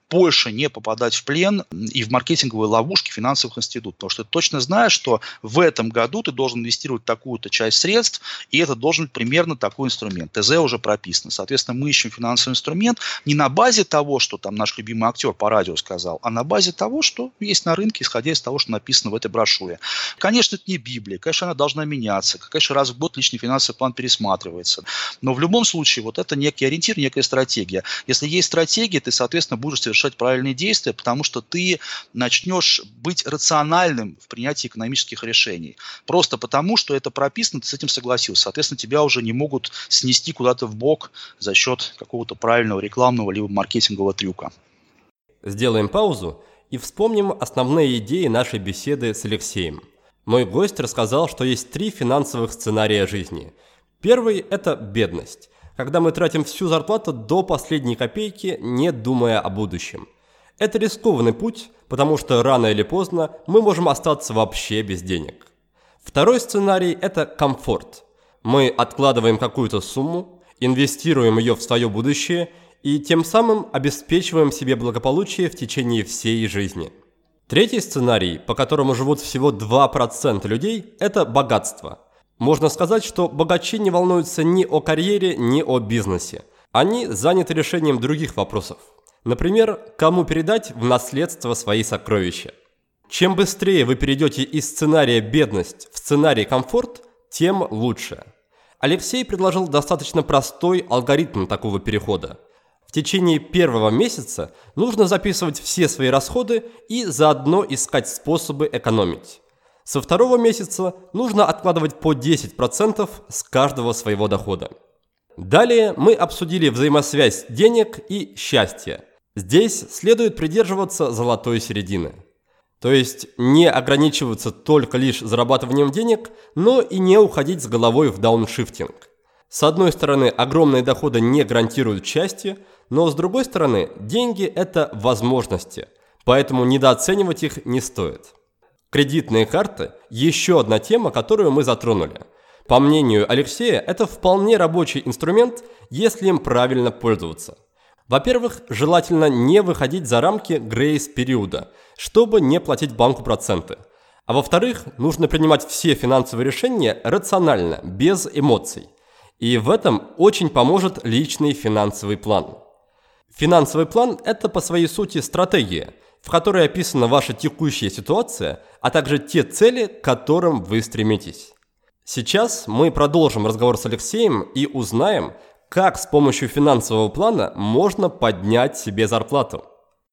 больше не попадать в плен и в маркетинговые ловушки финансовых институтов. Потому что ты точно знаешь, что в этом году ты должен инвестировать такую-то часть средств, и это должен быть примерно такой инструмент. ТЗ уже прописано. Соответственно, мы ищем финансовый инструмент не на базе того, что там наш любимый актер по радио сказал, а на базе того, что есть на рынке, исходя из того, что написано в этой брошюре. Конечно, это не Библия, конечно, она должна меняться, конечно, раз в год личный финансовый план пересматривается. Но в любом случае, вот это некий ориентир, некая стратегия. Если есть стратегия, ты, соответственно, будешь совершать правильные действия, потому что ты начнешь быть рациональным в принятии экономических решений. Просто потому, что это прописано, ты с этим согласился. Соответственно, тебя уже не могут снести куда-то в бок за счет какого-то правильного рекламного либо маркетингового трюка. Сделаем паузу и вспомним основные идеи нашей беседы с Алексеем. Мой гость рассказал, что есть 3 финансовых сценария жизни. Первый – это бедность, когда мы тратим всю зарплату до последней копейки, не думая о будущем. Это рискованный путь, потому что рано или поздно мы можем остаться вообще без денег. Второй сценарий – это комфорт. Мы откладываем какую-то сумму, инвестируем ее в свое будущее и тем самым обеспечиваем себе благополучие в течение всей жизни. Третий сценарий, по которому живут всего 2% людей, это богатство. Можно сказать, что богачи не волнуются ни о карьере, ни о бизнесе. Они заняты решением других вопросов. Например, кому передать в наследство свои сокровища. Чем быстрее вы перейдете из сценария бедность в сценарий комфорт, тем лучше. Алексей предложил достаточно простой алгоритм такого перехода. В течение первого месяца нужно записывать все свои расходы и заодно искать способы экономить. Со второго месяца нужно откладывать по 10% с каждого своего дохода. Далее мы обсудили взаимосвязь денег и счастья. Здесь следует придерживаться золотой середины. То есть не ограничиваться только лишь зарабатыванием денег, но и не уходить с головой в дауншифтинг. С одной стороны, огромные доходы не гарантируют счастье, но с другой стороны, деньги – это возможности, поэтому недооценивать их не стоит. Кредитные карты – еще одна тема, которую мы затронули. По мнению Алексея, это вполне рабочий инструмент, если им правильно пользоваться. Во-первых, желательно не выходить за рамки грейс-периода, чтобы не платить банку проценты. А во-вторых, нужно принимать все финансовые решения рационально, без эмоций. И в этом очень поможет личный финансовый план. Финансовый план – это по своей сути стратегия, в которой описана ваша текущая ситуация, а также те цели, к которым вы стремитесь. Сейчас мы продолжим разговор с Алексеем и узнаем, как с помощью финансового плана можно поднять себе зарплату.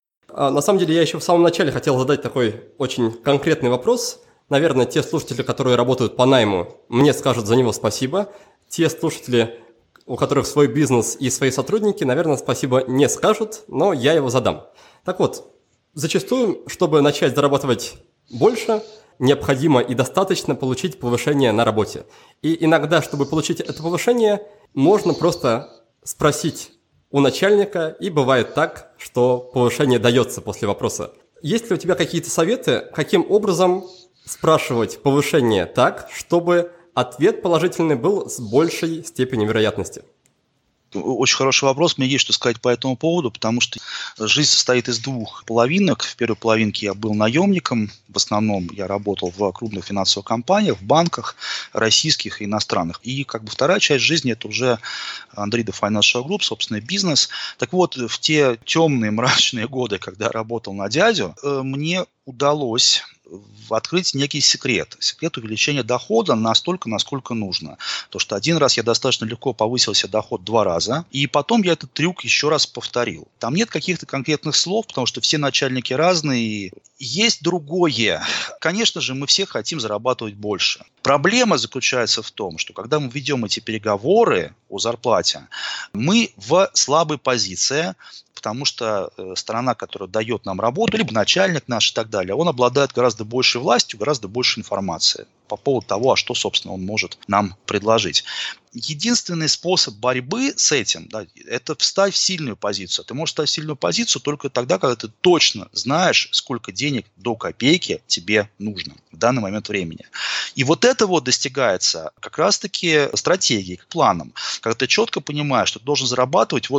На самом деле, я еще в самом начале хотел задать такой очень конкретный вопрос. Наверное, те слушатели, которые работают по найму, мне скажут за него спасибо. Те слушатели, у которых свой бизнес и свои сотрудники, наверное, спасибо не скажут, но я его задам. Так вот, зачастую, чтобы начать зарабатывать больше, необходимо и достаточно получить повышение на работе. И иногда, чтобы получить это повышение, можно просто спросить у начальника, и бывает так, что повышение дается после вопроса. Есть ли у тебя какие-то советы, каким образом спрашивать повышение так, чтобы ответ положительный был с большей степенью вероятности? Очень хороший вопрос. Мне есть что сказать по этому поводу, потому что жизнь состоит из 2 половинок. В первой половинке я был наемником. В основном я работал в крупных финансовых компаниях, в банках, российских и иностранных. И вторая часть жизни – это уже Andreessen Financial Group, собственный бизнес. Так вот, в те темные, мрачные годы, когда я работал на дядю, мне удалось открыть некий секрет. Секрет увеличения дохода настолько, насколько нужно. То, что один раз я достаточно легко повысил себе доход 2 раза, и потом я этот трюк еще раз повторил. Там нет каких-то конкретных слов, потому что все начальники разные. Есть другое. Конечно же, мы все хотим зарабатывать больше. Проблема заключается в том, что когда мы ведем эти переговоры о зарплате, мы в слабой позиции, потому что сторона, которая дает нам работу, либо начальник наш и так далее, он обладает гораздо большей властью, гораздо больше информации по поводу того, а что, собственно, он может нам предложить. Единственный способ борьбы с этим, это встать в сильную позицию. Ты можешь встать в сильную позицию только тогда, когда ты точно знаешь, сколько денег до копейки тебе нужно в данный момент времени. И вот это достигается как раз-таки стратегией, планом. Когда ты четко понимаешь, что ты должен зарабатывать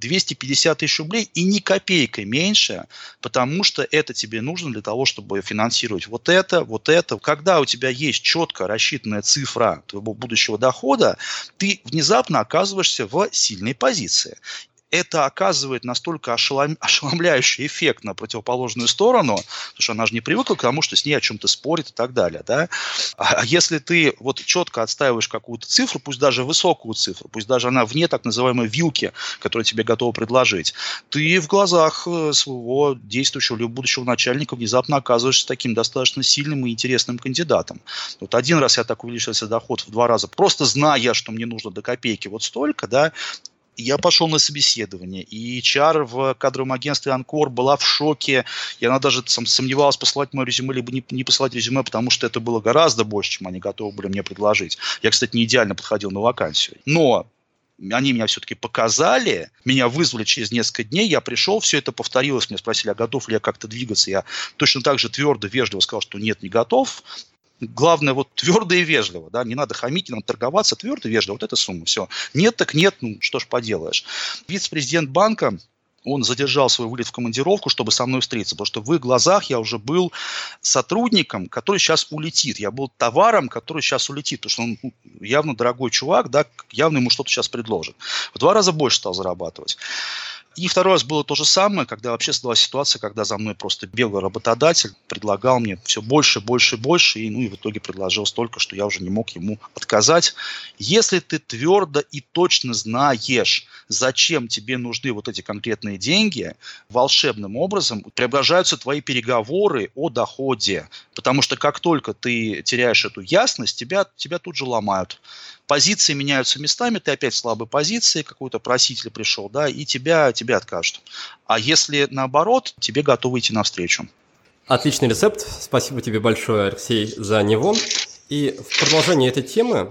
250 тысяч рублей и ни копейкой меньше, потому что это тебе нужно для того, чтобы финансировать вот это, вот это. Когда у тебя есть четко рассчитанная цифра твоего будущего дохода, ты внезапно оказываешься в сильной позиции. Это оказывает настолько ошеломляющий эффект на противоположную сторону, потому что она же не привыкла к тому, что с ней о чем-то спорит и так далее. Да? А если ты вот четко отстаиваешь какую-то цифру, пусть даже высокую цифру, пусть даже она вне так называемой вилки, которую тебе готовы предложить, ты в глазах своего действующего или будущего начальника внезапно оказываешься таким достаточно сильным и интересным кандидатом. Вот один раз я так увеличился доход в 2 раза, просто зная, что мне нужно до копейки вот столько, да, я пошел на собеседование, и HR в кадровом агентстве «Анкор» была в шоке, и она даже сомневалась, посылать мое резюме, либо не посылать резюме, потому что это было гораздо больше, чем они готовы были мне предложить. Я, кстати, не идеально подходил на вакансию. Но они меня все-таки показали, меня вызвали через несколько дней, я пришел, все это повторилось, меня спросили, а готов ли я как-то двигаться. Я точно так же твердо, вежливо сказал, что нет, не готов. Главное, вот твердо и вежливо, да, не надо хамить, не надо торговаться, твердо и вежливо, вот эта сумма, все. Нет, так нет, ну что ж поделаешь. Вице-президент банка, он задержал свой вылет в командировку, чтобы со мной встретиться, потому что в их глазах я уже был сотрудником, который сейчас улетит, я был товаром, который сейчас улетит, потому что он явно дорогой чувак, да, явно ему что-то сейчас предложат. В 2 раза больше стал зарабатывать. И второй раз было то же самое, когда вообще создалась ситуация, когда за мной просто бегал работодатель, предлагал мне все больше, больше, больше, и в итоге предложил столько, что я уже не мог ему отказать. Если ты твердо и точно знаешь, зачем тебе нужны вот эти конкретные деньги, волшебным образом преображаются твои переговоры о доходе. Потому что как только ты теряешь эту ясность, тебя тут же ломают. Позиции меняются местами, ты опять в слабой позиции, какой-то проситель пришел, да, и тебя откажут. А если наоборот, тебе готовы идти навстречу. Отличный рецепт. Спасибо тебе большое, Алексей, за него. И в продолжении этой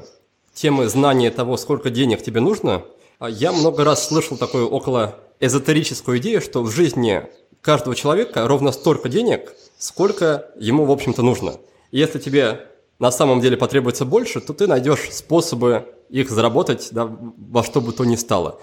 темы знания того, сколько денег тебе нужно, я много раз слышал такую около эзотерическую идею, что в жизни каждого человека ровно столько денег, сколько ему, в общем-то, нужно. И если тебе на самом деле потребуется больше, то ты найдешь способы их заработать, да, во что бы то ни стало.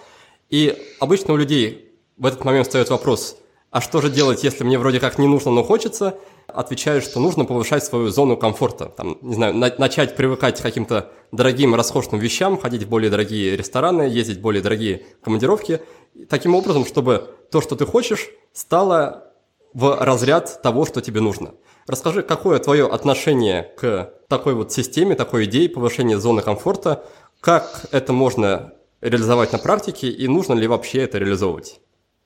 И обычно у людей в этот момент встает вопрос, а что же делать, если мне вроде как не нужно, но хочется? Отвечают, что нужно повышать свою зону комфорта. Там, не знаю, начать привыкать к каким-то дорогим роскошным вещам, ходить в более дорогие рестораны, ездить в более дорогие командировки. Таким образом, чтобы то, что ты хочешь, стало в разряд того, что тебе нужно. Расскажи, какое твое отношение к такой вот системе, такой идее повышения зоны комфорта, как это можно реализовать на практике и нужно ли вообще это реализовывать?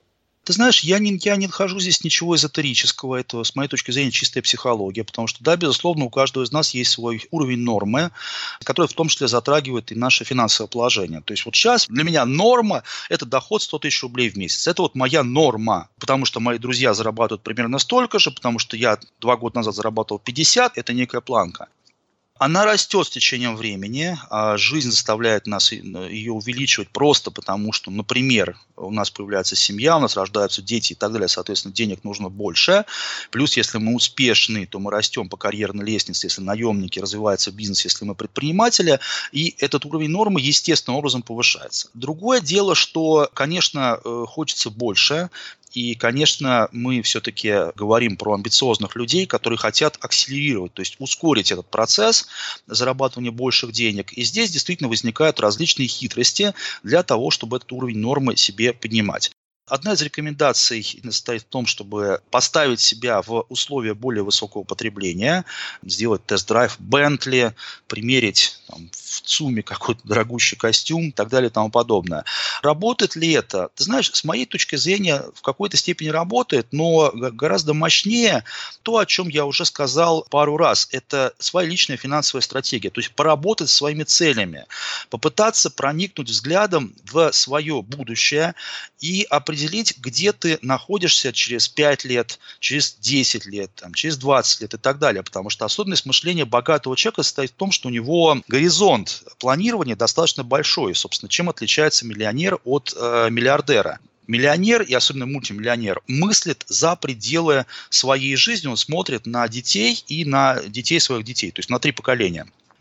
Ты знаешь, я не нахожу здесь ничего эзотерического, это, с моей точки зрения, чистая психология, потому что, да, безусловно, у каждого из нас есть свой уровень нормы, который в том числе затрагивает и наше финансовое положение. То есть вот сейчас для меня норма – это доход 100 тысяч рублей в месяц. Это вот моя норма, потому что мои друзья зарабатывают примерно столько же, потому что я 2 года назад зарабатывал 50, это некая планка. Она растет с течением времени, а жизнь заставляет нас ее увеличивать просто потому, что, например, у нас появляется семья, у нас рождаются дети и так далее, соответственно, денег нужно больше. Плюс, если мы успешны, то мы растем по карьерной лестнице, если наемники, развивается бизнес, если мы предприниматели, и этот уровень нормы естественным образом повышается. Другое дело, что, конечно, хочется больше. И, конечно, мы все-таки говорим про амбициозных людей, которые хотят акселерировать, то есть ускорить этот процесс зарабатывания больших денег. И здесь действительно возникают различные хитрости для того, чтобы этот уровень нормы себе поднимать. Одна из рекомендаций состоит в том, чтобы поставить себя в условия более высокого потребления, сделать тест-драйв Bentley, примерить в ЦУМе какой-то дорогущий костюм и так далее и тому подобное. Работает ли это? Ты знаешь, с моей точки зрения в какой-то степени работает, но гораздо мощнее то, о чем я уже сказал пару раз. Это своя личная финансовая стратегия, то есть поработать со своими целями, попытаться проникнуть взглядом в свое будущее и определить, где ты находишься через 5 лет, через 10 лет, через 20 лет и так далее. Потому что особенность мышления богатого человека состоит в том, что у него горизонт планирования достаточно большой. Собственно, чем отличается миллионер от миллиардера? Миллионер и особенно мультимиллионер мыслит за пределы своей жизни, он смотрит на детей и на детей своих детей, то есть на 3 поколения.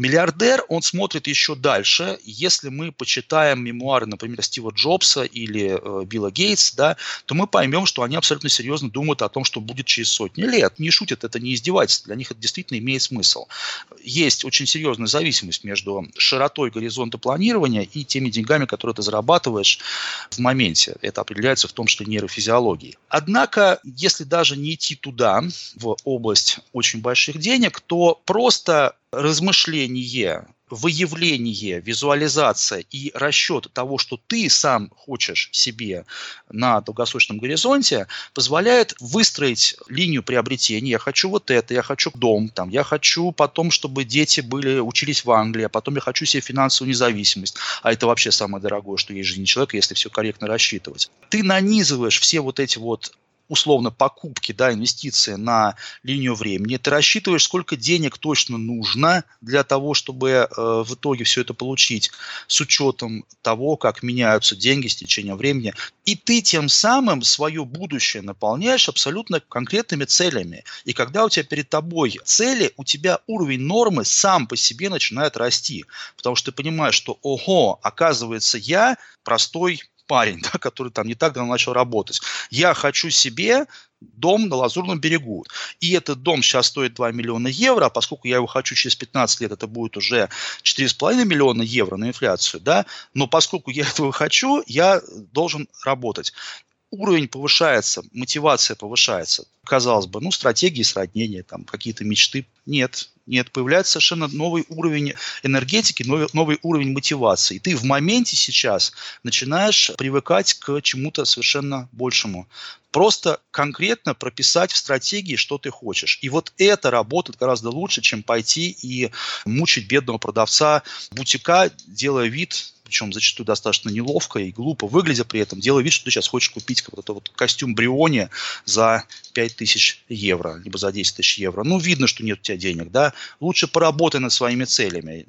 Миллиардер, он смотрит еще дальше. Если мы почитаем мемуары, например, Стива Джобса или Билла Гейтса, да, то мы поймем, что они абсолютно серьезно думают о том, что будет через сотни лет. Не шутят, это не издевательство, для них это действительно имеет смысл. Есть очень серьезная зависимость между широтой горизонта планирования и теми деньгами, которые ты зарабатываешь в моменте. Это определяется в том числе нейрофизиологией. Однако, если даже не идти туда, в область очень больших денег, то просто размышление, выявление, визуализация и расчет того, что ты сам хочешь себе на долгосрочном горизонте, позволяет выстроить линию приобретения. Я хочу вот это, я хочу дом, там, я хочу потом, чтобы дети учились в Англии, а потом я хочу себе финансовую независимость. А это вообще самое дорогое, что есть в жизни человека, если все корректно рассчитывать. Ты нанизываешь все вот эти вот условно покупки, да, инвестиции на линию времени, ты рассчитываешь, сколько денег точно нужно для того, чтобы в итоге все это получить, с учетом того, как меняются деньги с течением времени. И ты тем самым свое будущее наполняешь абсолютно конкретными целями. И когда у тебя перед тобой цели, у тебя уровень нормы сам по себе начинает расти. Потому что ты понимаешь, что, ого, оказывается, я простой парень, да, который там не так давно начал работать. Я хочу себе дом на Лазурном берегу. И этот дом сейчас стоит 2 миллиона евро, а поскольку я его хочу через 15 лет, это будет уже 4,5 миллиона евро на инфляцию, да, но поскольку я этого хочу, я должен работать. Уровень повышается, мотивация повышается. Казалось бы, стратегии сроднения, там, какие-то мечты. Нет, появляется совершенно новый уровень энергетики, новый уровень мотивации. И ты в моменте сейчас начинаешь привыкать к чему-то совершенно большему. Просто конкретно прописать в стратегии, что ты хочешь. И вот это работает гораздо лучше, чем пойти и мучить бедного продавца бутика, делая вид, причем зачастую достаточно неловко и глупо выглядя при этом, делая вид, что ты сейчас хочешь купить какой-то вот костюм Бриони за 5000 евро, либо за 10 тысяч евро. Видно, что нет у тебя денег, да. Лучше поработай над своими целями.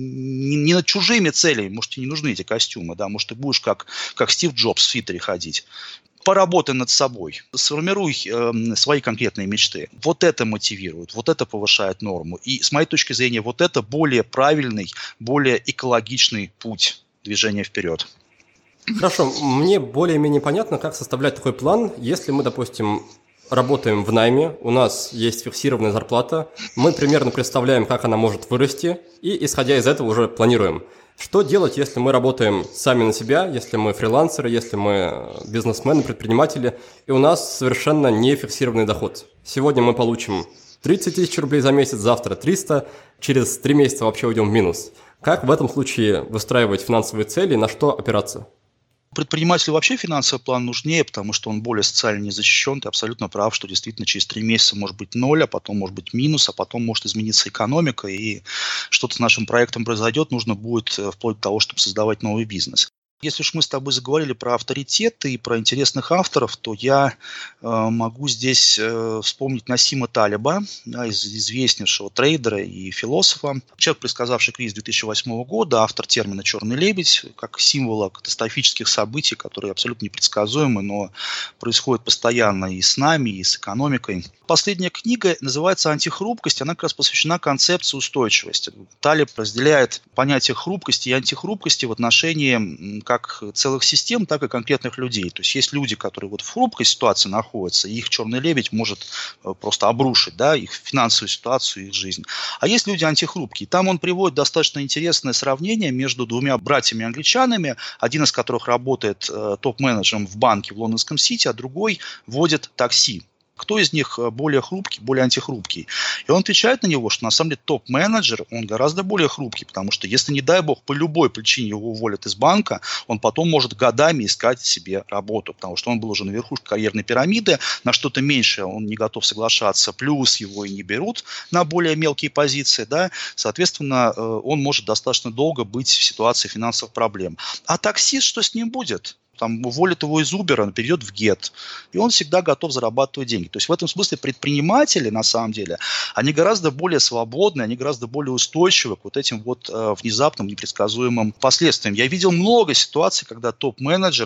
Не над чужими целями, может, тебе не нужны эти костюмы, да, может, ты будешь как Стив Джобс в свитере ходить. Поработай над собой, сформируй свои конкретные мечты. Вот это мотивирует, вот это повышает норму. И с моей точки зрения, вот это более правильный, более экологичный путь движения вперед. Хорошо, мне более-менее понятно, как составлять такой план, если мы, допустим, работаем в найме, у нас есть фиксированная зарплата, мы примерно представляем, как она может вырасти, и, исходя из этого, уже планируем. Что делать, если мы работаем сами на себя, если мы фрилансеры, если мы бизнесмены, предприниматели, и у нас совершенно не фиксированный доход? Сегодня мы получим 30 тысяч рублей за месяц, завтра 300, через 3 месяца вообще уйдем в минус. Как в этом случае выстраивать финансовые цели и на что опираться? Предпринимателю вообще финансовый план нужнее, потому что он более социально незащищен. Ты абсолютно прав, что действительно через 3 месяца может быть 0, а потом может быть минус, а потом может измениться экономика, и что-то с нашим проектом произойдет, нужно будет вплоть до того, чтобы создавать новый бизнес. Если уж мы с тобой заговорили про авторитеты и про интересных авторов, то я могу здесь вспомнить Нассима Талеба, известнейшего трейдера и философа. Человек, предсказавший кризис 2008 года, автор термина «черный лебедь», как символа катастрофических событий, которые абсолютно непредсказуемы, но происходят постоянно и с нами, и с экономикой. Последняя книга называется «Антихрупкость», она как раз посвящена концепции устойчивости. Талеб разделяет понятие хрупкости и антихрупкости в отношении как целых систем, так и конкретных людей. То есть есть люди, которые вот в хрупкой ситуации находятся, и их черный лебедь может просто обрушить, да, их финансовую ситуацию, их жизнь. А есть люди антихрупкие. Там он приводит достаточно интересное сравнение между двумя братьями-англичанами, один из которых работает топ-менеджером в банке в Лондонском Сити, а другой водит такси. Кто из них более хрупкий, более антихрупкий? И он отвечает на него, что на самом деле топ-менеджер, он гораздо более хрупкий, потому что если, не дай бог, по любой причине его уволят из банка, он потом может годами искать себе работу, потому что он был уже на верхушке карьерной пирамиды, на что-то меньшее он не готов соглашаться, плюс его и не берут на более мелкие позиции, да, соответственно, он может достаточно долго быть в ситуации финансовых проблем. А таксист, что с ним будет? Там уволят его из Uber, он перейдет в Get. И он всегда готов зарабатывать деньги. То есть в этом смысле предприниматели, на самом деле, они гораздо более свободны, они гораздо более устойчивы к вот этим вот внезапным, непредсказуемым последствиям. Я видел много ситуаций, когда топ-менеджеры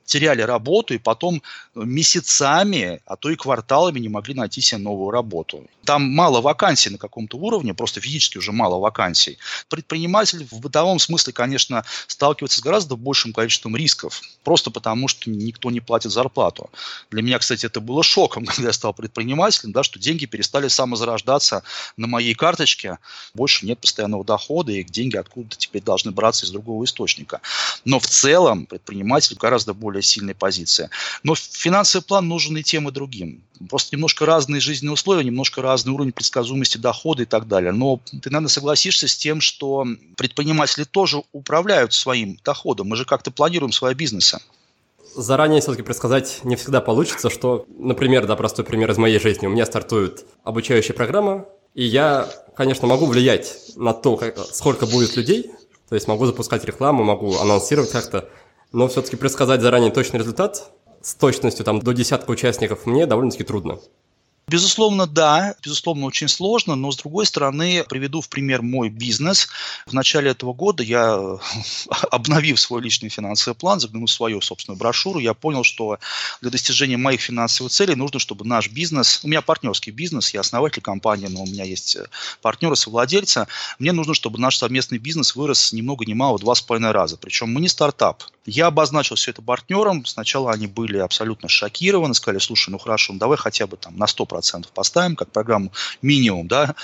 теряли работу и потом месяцами, а то и кварталами не могли найти себе новую работу. Там мало вакансий на каком-то уровне, просто физически уже мало вакансий. Предприниматель в бытовом смысле, конечно, сталкивается с гораздо большим количеством рисков, просто потому что никто не платит зарплату. Для меня, кстати, это было шоком, когда я стал предпринимателем, да, что деньги перестали самозарождаться на моей карточке, больше нет постоянного дохода, и деньги откуда-то теперь должны браться из другого источника. Но в целом предприниматель в гораздо более сильной позиции. Но финансовый план нужен и тем, и другим. Просто немножко разные жизненные условия, немножко разный уровень предсказуемости дохода и так далее. Но ты, наверное, согласишься с тем, что предприниматели тоже управляют своим доходом. Мы же как-то планируем свои бизнесы. Заранее все-таки предсказать не всегда получится, что, например, простой пример из моей жизни. У меня стартует обучающая программа, и я, конечно, могу влиять на то, сколько будет людей, то есть могу запускать рекламу, могу анонсировать как-то, но все-таки предсказать заранее точный результат с точностью до десятка участников мне довольно-таки трудно. Безусловно, да, безусловно, очень сложно, но, с другой стороны, приведу в пример мой бизнес. В начале этого года я, обновив свой личный финансовый план, заглянув в свою собственную брошюру, я понял, что для достижения моих финансовых целей нужно, чтобы наш бизнес, у меня партнерский бизнес, я основатель компании, но у меня есть партнеры, совладельцы, мне нужно, чтобы наш совместный бизнес вырос ни много ни мало в 2,5 раза. Причем мы не стартап. Я обозначил все это партнерам, сначала они были абсолютно шокированы, сказали: слушай, ну хорошо, давай хотя бы на 100% поставим, как программу минимум, да,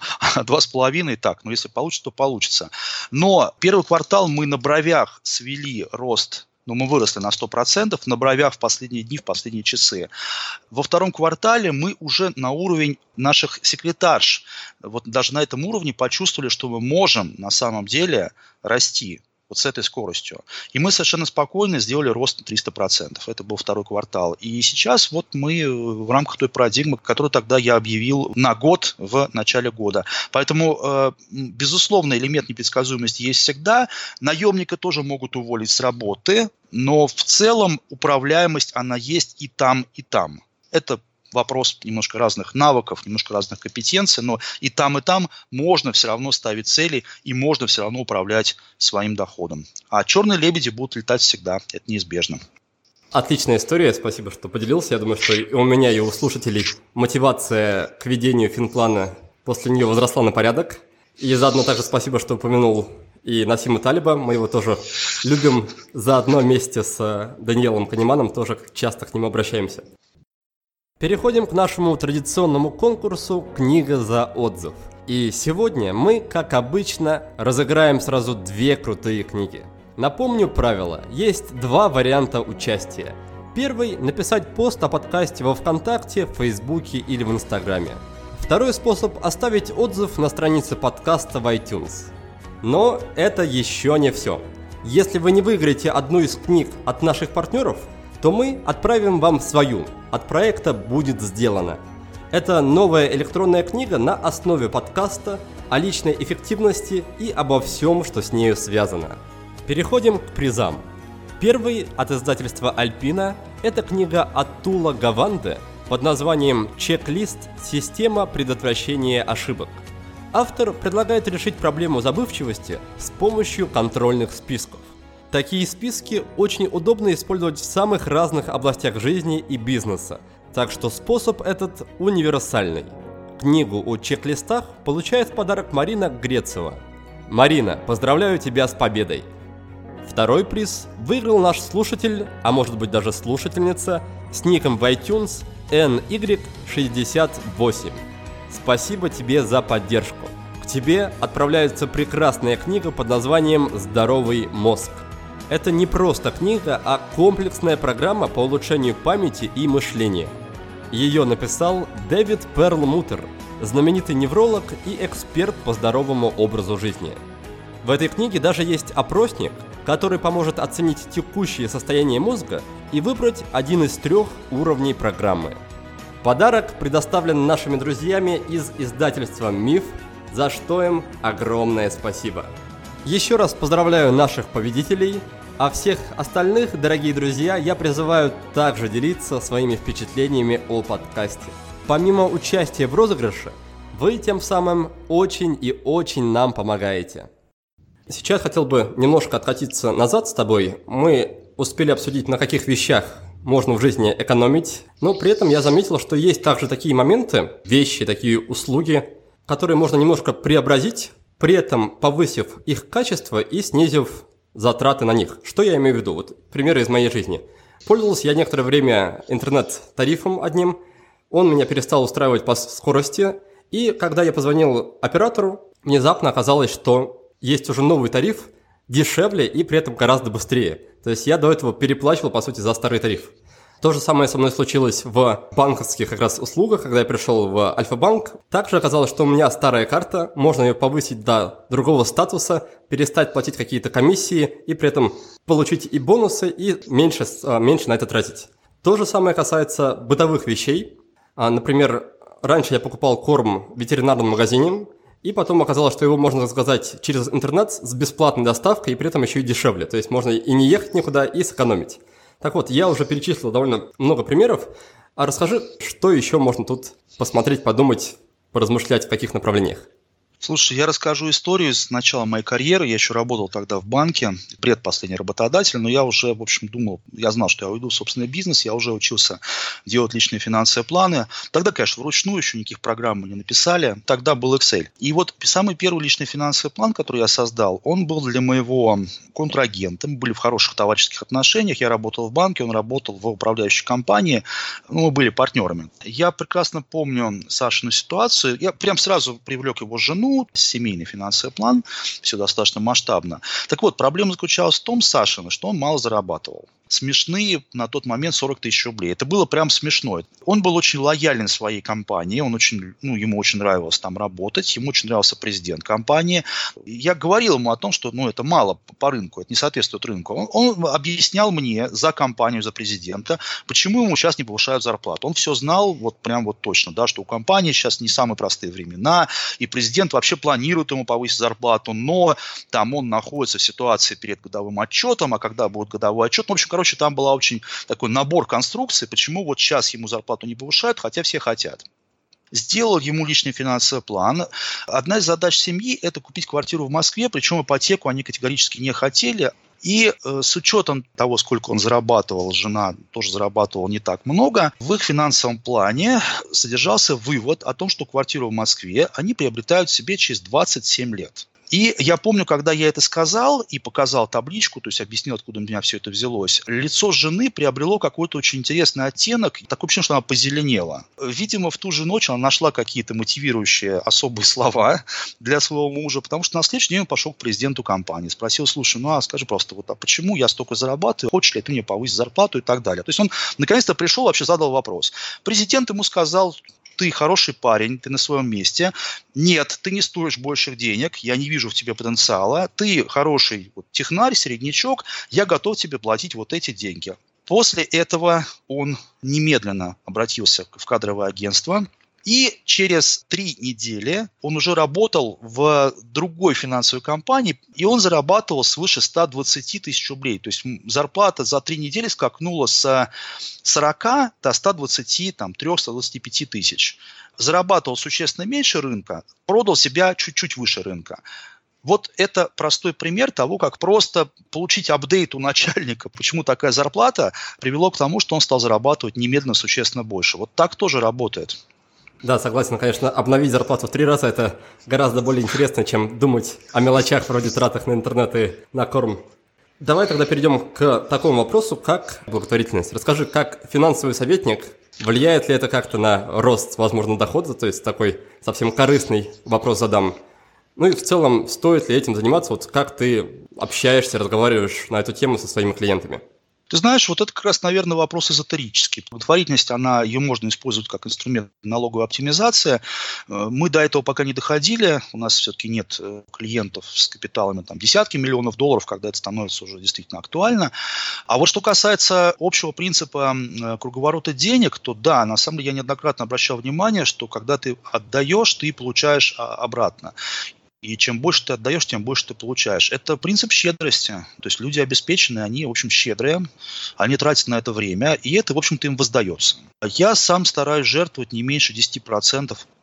2,5 так, но если получится, то получится. Но первый квартал мы на бровях свели рост, мы выросли на 100%, на бровях в последние дни, в последние часы. Во втором квартале мы уже на уровень наших секретарш, вот даже на этом уровне почувствовали, что мы можем на самом деле расти. Вот с этой скоростью. И мы совершенно спокойно сделали рост на 300%. Это был второй квартал. И сейчас вот мы в рамках той парадигмы, которую тогда я объявил на год в начале года. Поэтому, безусловно, элемент непредсказуемости есть всегда. Наемника тоже могут уволить с работы, но в целом управляемость, она есть и там, и там. Это вопрос немножко разных навыков, немножко разных компетенций, но и там можно все равно ставить цели, и можно все равно управлять своим доходом. А черные лебеди будут летать всегда, это неизбежно. Отличная история, спасибо, что поделился. Я думаю, что и у меня, и у слушателей мотивация к ведению финплана после нее возросла на порядок. И заодно также спасибо, что упомянул и Насима Талиба, мы его тоже любим, заодно вместе с Даниэлом Канеманом тоже часто к нему обращаемся. Переходим к нашему традиционному конкурсу «Книга за отзыв». И сегодня мы, как обычно, разыграем сразу 2 крутые книги. Напомню правила. Есть 2 варианта участия. Первый – написать пост о подкасте во ВКонтакте, в Фейсбуке или в Инстаграме. Второй способ – оставить отзыв на странице подкаста в iTunes. Но это еще не все. Если вы не выиграете одну из книг от наших партнеров, то мы отправим вам свою. От проекта «Будет сделано». Это новая электронная книга на основе подкаста о личной эффективности и обо всем, что с нею связано. Переходим к призам. Первый от издательства «Альпина» – это книга Аттула Гаванде под названием «Чек-лист. Система предотвращения ошибок». Автор предлагает решить проблему забывчивости с помощью контрольных списков. Такие списки очень удобно использовать в самых разных областях жизни и бизнеса, так что способ этот универсальный. Книгу о чек-листах получает в подарок Марина Грецева. Марина, поздравляю тебя с победой! Второй приз выиграл наш слушатель, а может быть даже слушательница, с ником в iTunes NY68. Спасибо тебе за поддержку. К тебе отправляется прекрасная книга под названием «Здоровый мозг». Это не просто книга, а комплексная программа по улучшению памяти и мышления. Ее написал Дэвид Перлмутер, знаменитый невролог и эксперт по здоровому образу жизни. В этой книге даже есть опросник, который поможет оценить текущее состояние мозга и выбрать один из 3 уровней программы. Подарок предоставлен нашими друзьями из издательства «Миф», за что им огромное спасибо. Еще раз поздравляю наших победителей, а всех остальных, дорогие друзья, я призываю также делиться своими впечатлениями о подкасте. Помимо участия в розыгрыше, вы тем самым очень и очень нам помогаете. Сейчас хотел бы немножко откатиться назад с тобой. Мы успели обсудить, на каких вещах можно в жизни экономить, но при этом я заметил, что есть также такие моменты, вещи, такие услуги, которые можно немножко преобразить, при этом повысив их качество и снизив затраты на них. Что я имею в виду? Вот примеры из моей жизни. Пользовался я некоторое время интернет-тарифом одним, он меня перестал устраивать по скорости, и когда я позвонил оператору, внезапно оказалось, что есть уже новый тариф, дешевле и при этом гораздо быстрее. То есть я до этого переплачивал, по сути, за старый тариф. То же самое со мной случилось в банковских как раз услугах, когда я пришел в Альфа-банк. Также оказалось, что у меня старая карта, можно ее повысить до другого статуса, перестать платить какие-то комиссии и при этом получить и бонусы, и меньше на это тратить. То же самое касается бытовых вещей. Например, раньше я покупал корм в ветеринарном магазине, и потом оказалось, что его можно заказать через интернет с бесплатной доставкой и при этом еще и дешевле. То есть можно и не ехать никуда, и сэкономить. Так вот, я уже перечислил довольно много примеров. А расскажи, что еще можно тут посмотреть, подумать, поразмышлять, в каких направлениях? Слушай, я расскажу историю с начала моей карьеры. Я еще работал тогда в банке, предпоследний работодатель, но я уже, в общем, думал, я знал, что я уйду в собственный бизнес, я уже учился делать личные финансовые планы. Тогда, конечно, вручную еще никаких программ мы не написали. Тогда был Excel. И вот самый первый личный финансовый план, который я создал, он был для моего контрагента. Мы были в хороших товарищеских отношениях. Я работал в банке, он работал в управляющей компании. Мы были партнерами. Я прекрасно помню Сашину ситуацию. Я прям сразу привлек его жену, семейный финансовый план, все достаточно масштабно. Так вот, проблема заключалась в том, Сашина, что он мало зарабатывал. Смешные на тот момент 40 тысяч рублей. Это было прям смешно. Он был очень лоялен своей компании, ему очень нравилось там работать, ему очень нравился президент компании. Я говорил ему о том, что это мало по рынку, это не соответствует рынку. Он объяснял мне за компанию, за президента, почему ему сейчас не повышают зарплату. Он все знал прям точно, да, что у компании сейчас не самые простые времена, и президент вообще планирует ему повысить зарплату, но там он находится в ситуации перед годовым отчетом, а когда будет годовой отчет, в общем, там был очень такой набор конструкций, почему сейчас ему зарплату не повышают, хотя все хотят. Сделал ему личный финансовый план. Одна из задач семьи – это купить квартиру в Москве, причем ипотеку они категорически не хотели. И с учетом того, сколько он зарабатывал, жена тоже зарабатывала не так много, в их финансовом плане содержался вывод о том, что квартиру в Москве они приобретают себе через 27 лет. И я помню, когда я это сказал и показал табличку, то есть объяснил, откуда у меня все это взялось, лицо жены приобрело какой-то очень интересный оттенок, такое ощущение, что она позеленела. Видимо, в ту же ночь она нашла какие-то мотивирующие особые слова для своего мужа, потому что на следующий день он пошел к президенту компании, спросил: слушай, скажи просто, почему я столько зарабатываю, хочешь ли ты мне повысить зарплату и так далее. То есть он наконец-то пришел, вообще задал вопрос. Президент ему сказал: ты хороший парень, ты на своем месте. Нет, ты не стоишь больших денег, я не вижу в тебе потенциала. Ты хороший технарь, среднячок, я готов тебе платить эти деньги. После этого он немедленно обратился в кадровое агентство. И через 3 недели он уже работал в другой финансовой компании, и он зарабатывал свыше 120 тысяч рублей. То есть зарплата за 3 недели скакнула с 40 до 123-125 тысяч. Зарабатывал существенно меньше рынка, продал себя чуть-чуть выше рынка. Это простой пример того, как просто получить апдейт у начальника, почему такая зарплата, привело к тому, что он стал зарабатывать немедленно существенно больше. Так тоже работает. Да, согласен, конечно, обновить зарплату в 3 раза – это гораздо более интересно, чем думать о мелочах вроде тратах на интернет и на корм. Давай тогда перейдем к такому вопросу, как благотворительность. Расскажи, как финансовый советник, влияет ли это как-то на рост, возможно, дохода, то есть такой совсем корыстный вопрос задам. И в целом, стоит ли этим заниматься, как ты общаешься, разговариваешь на эту тему со своими клиентами? Ты знаешь, это как раз, наверное, вопрос эзотерический. Благотворительность, ее можно использовать как инструмент налоговой оптимизации. Мы до этого пока не доходили. У нас все-таки нет клиентов с капиталами десятки миллионов долларов, когда это становится уже действительно актуально. А что касается общего принципа круговорота денег, то да, на самом деле я неоднократно обращал внимание, что когда ты отдаешь, ты получаешь обратно. И чем больше ты отдаешь, тем больше ты получаешь. Это принцип щедрости. То есть люди обеспеченные, они, в общем, щедрые, они тратят на это время, и это, в общем-то, им воздается. Я сам стараюсь жертвовать не меньше 10%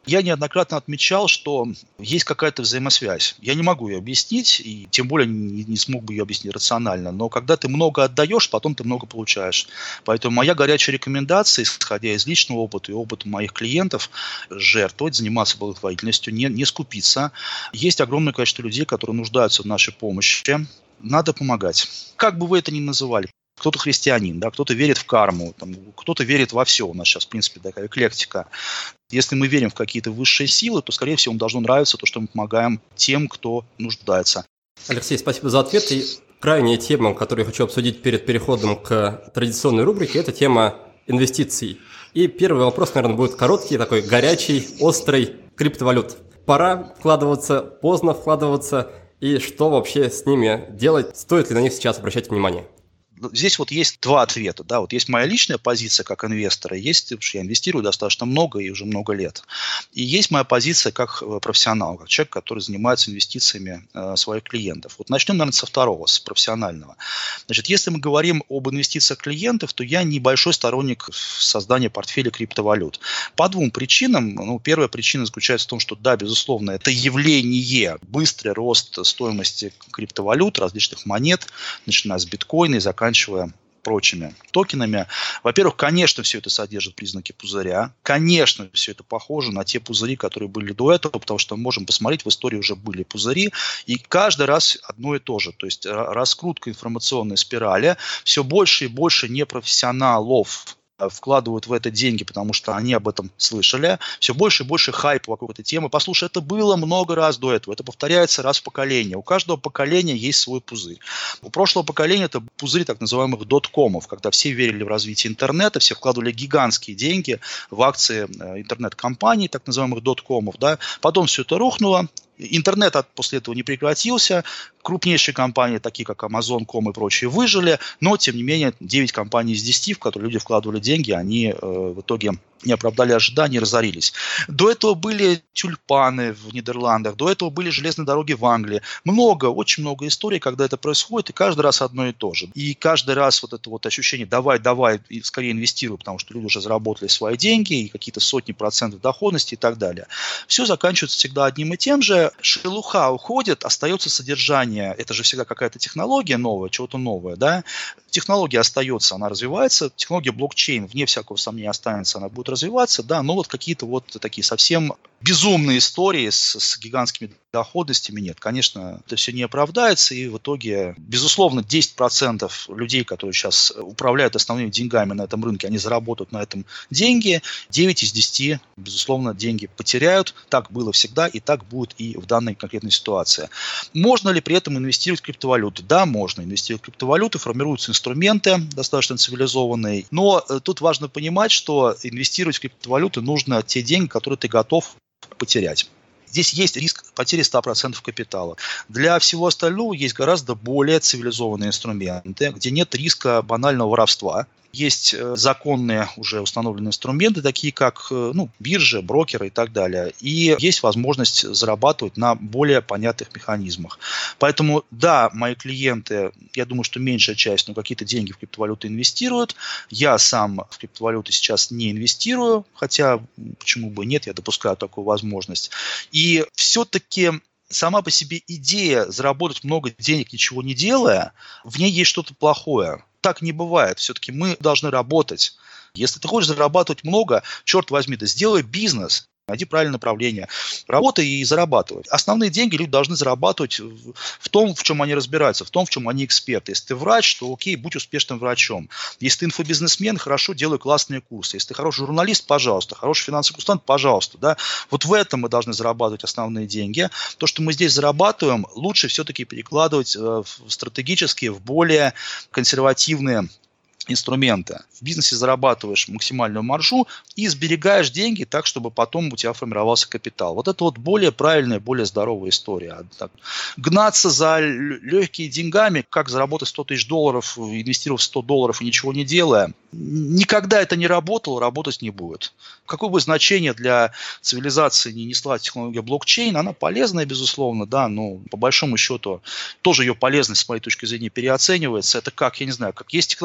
Я неоднократно отмечал, что есть какая-то взаимосвязь. Я не могу ее объяснить, и тем более не смог бы ее объяснить рационально. Но когда ты много отдаешь, потом ты много получаешь. Поэтому моя горячая рекомендация, исходя из личного опыта и опыта моих клиентов, жертвовать, заниматься благотворительностью, не скупиться. Есть огромное количество людей, которые нуждаются в нашей помощи. Надо помогать. Как бы вы это ни называли. Кто-то христианин, да, кто-то верит в карму, кто-то верит во все. У нас сейчас, в принципе, такая эклектика. Если мы верим в какие-то высшие силы, то, скорее всего, нам должно нравиться то, что мы помогаем тем, кто нуждается. Алексей, спасибо за ответ. И крайняя тема, которую я хочу обсудить перед переходом к традиционной рубрике, это тема инвестиций. И первый вопрос, наверное, будет короткий, такой горячий, острый, криптовалют. Пора вкладываться, поздно вкладываться, и что вообще с ними делать? Стоит ли на них сейчас обращать внимание? Здесь вот есть два ответа. Да? Вот есть моя личная позиция как инвестора, есть, потому что я инвестирую достаточно много и уже много лет. И есть моя позиция как профессионал, как человек, который занимается инвестициями своих клиентов. Вот начнем, наверное, со второго, с профессионального. Значит, если мы говорим об инвестициях клиентов, то я небольшой сторонник создания портфеля криптовалют. По двум причинам. Первая причина заключается в том, что, да, безусловно, это явление, быстрый рост стоимости криптовалют, различных монет, начиная с биткоина и заканчивая прочими токенами. Во-первых, конечно, все это содержит признаки пузыря. Конечно, все это похоже на те пузыри, которые были до этого, потому что мы можем посмотреть, в истории уже были пузыри, и каждый раз одно и то же. То есть раскрутка информационной спирали, все больше и больше непрофессионалов вкладывают в это деньги, потому что они об этом слышали. Все больше и больше хайпа вокруг этой темы. Послушай, это было много раз до этого. Это повторяется раз в поколение. У каждого поколения есть свой пузырь. У прошлого поколения это пузырь так называемых доткомов, когда все верили в развитие интернета, все вкладывали гигантские деньги в акции интернет-компаний, так называемых доткомов. Да. Потом все это рухнуло. Интернет после этого не прекратился. Крупнейшие компании, такие как Amazon.com и прочие, выжили. Но, тем не менее, 9 компаний из 10, в которые люди вкладывали деньги, они в итоге не оправдали ожиданий и разорились. До этого были тюльпаны в Нидерландах, до этого были железные дороги в Англии. Очень много историй, когда это происходит, и каждый раз одно и то же. И каждый раз вот это вот ощущение «давай, и скорее инвестируй», потому что люди уже заработали свои деньги, и какие-то сотни процентов доходности и так далее. Все заканчивается всегда одним и тем же. Шелуха уходит, остается содержание. Это же всегда какая-то технология новая, чего-то новое, да? Технология остается, она развивается. Технология блокчейн, вне всякого сомнения, останется, она будет развиваться, да, но вот какие-то вот такие совсем безумные истории с гигантскими доходностями нет. Конечно, это все не оправдается, и в итоге, безусловно, 10% людей, которые сейчас управляют основными деньгами на этом рынке, они заработают на этом деньги, 9 из 10, безусловно, деньги потеряют. Так было всегда, и так будет и в данной конкретной ситуации. Можно ли при этом инвестировать в криптовалюты? Да, можно инвестировать в криптовалюты, формируются инструменты достаточно цивилизованные, но тут важно понимать, что инвестировать в криптовалюты нужно те деньги, которые ты готов потерять. Здесь есть риск потери 100% капитала. Для всего остального есть гораздо более цивилизованные инструменты, где нет риска банального воровства. Есть законные уже установленные инструменты, такие как биржи, брокеры и так далее. И есть возможность зарабатывать на более понятных механизмах. Поэтому, да, мои клиенты, я думаю, что меньшая часть, но какие-то деньги в криптовалюты инвестируют. Я сам в криптовалюты сейчас не инвестирую, хотя почему бы нет, я допускаю такую возможность. И все-таки сама по себе идея заработать много денег, ничего не делая, в ней есть что-то плохое. Так не бывает. Все-таки мы должны работать. Если ты хочешь зарабатывать много, черт возьми, да сделай бизнес. Найди правильное направление. Работай и зарабатывай. Основные деньги люди должны зарабатывать в том, в чем они разбираются, в том, в чем они эксперты. Если ты врач, то окей, будь успешным врачом. Если ты инфобизнесмен, хорошо, делай классные курсы. Если ты хороший журналист, пожалуйста. Хороший финансовый консультант, пожалуйста. Да? Вот в этом мы должны зарабатывать основные деньги. То, что мы здесь зарабатываем, лучше все-таки перекладывать стратегически в более консервативные инструменты. В бизнесе зарабатываешь максимальную маржу и сберегаешь деньги так, чтобы потом у тебя формировался капитал. Вот это вот более правильная, более здоровая история. Гнаться за легкими деньгами, как заработать $100 тысяч, инвестировав $100 и ничего не делая, никогда это не работало, работать не будет. Какое бы значение для цивилизации не несла технология блокчейн, она полезная, безусловно, да, но по большому счету тоже ее полезность, с моей точки зрения, переоценивается. Это как, я не знаю, как есть технология блокчейн,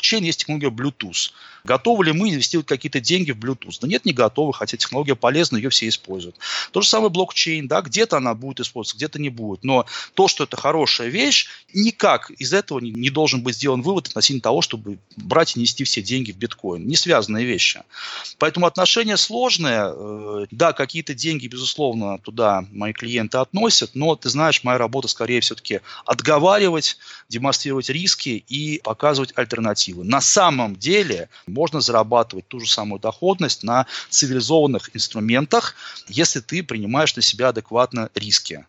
блокчейн, есть технология Bluetooth. Готовы ли мы инвестировать какие-то деньги в Bluetooth? Да нет, не готовы, хотя технология полезна, ее все используют. То же самое блокчейн, да, где-то она будет использоваться, где-то не будет. Но то, что это хорошая вещь, никак из этого не должен быть сделан вывод относительно того, чтобы брать и нести все деньги в биткоин. Не связанные вещи. Поэтому отношения сложные. Да, какие-то деньги, безусловно, туда мои клиенты относят, но, ты знаешь, моя работа скорее все-таки отговаривать, демонстрировать риски и показывать альтернативы. На самом деле можно зарабатывать ту же самую доходность на цивилизованных инструментах, если ты принимаешь на себя адекватно риски.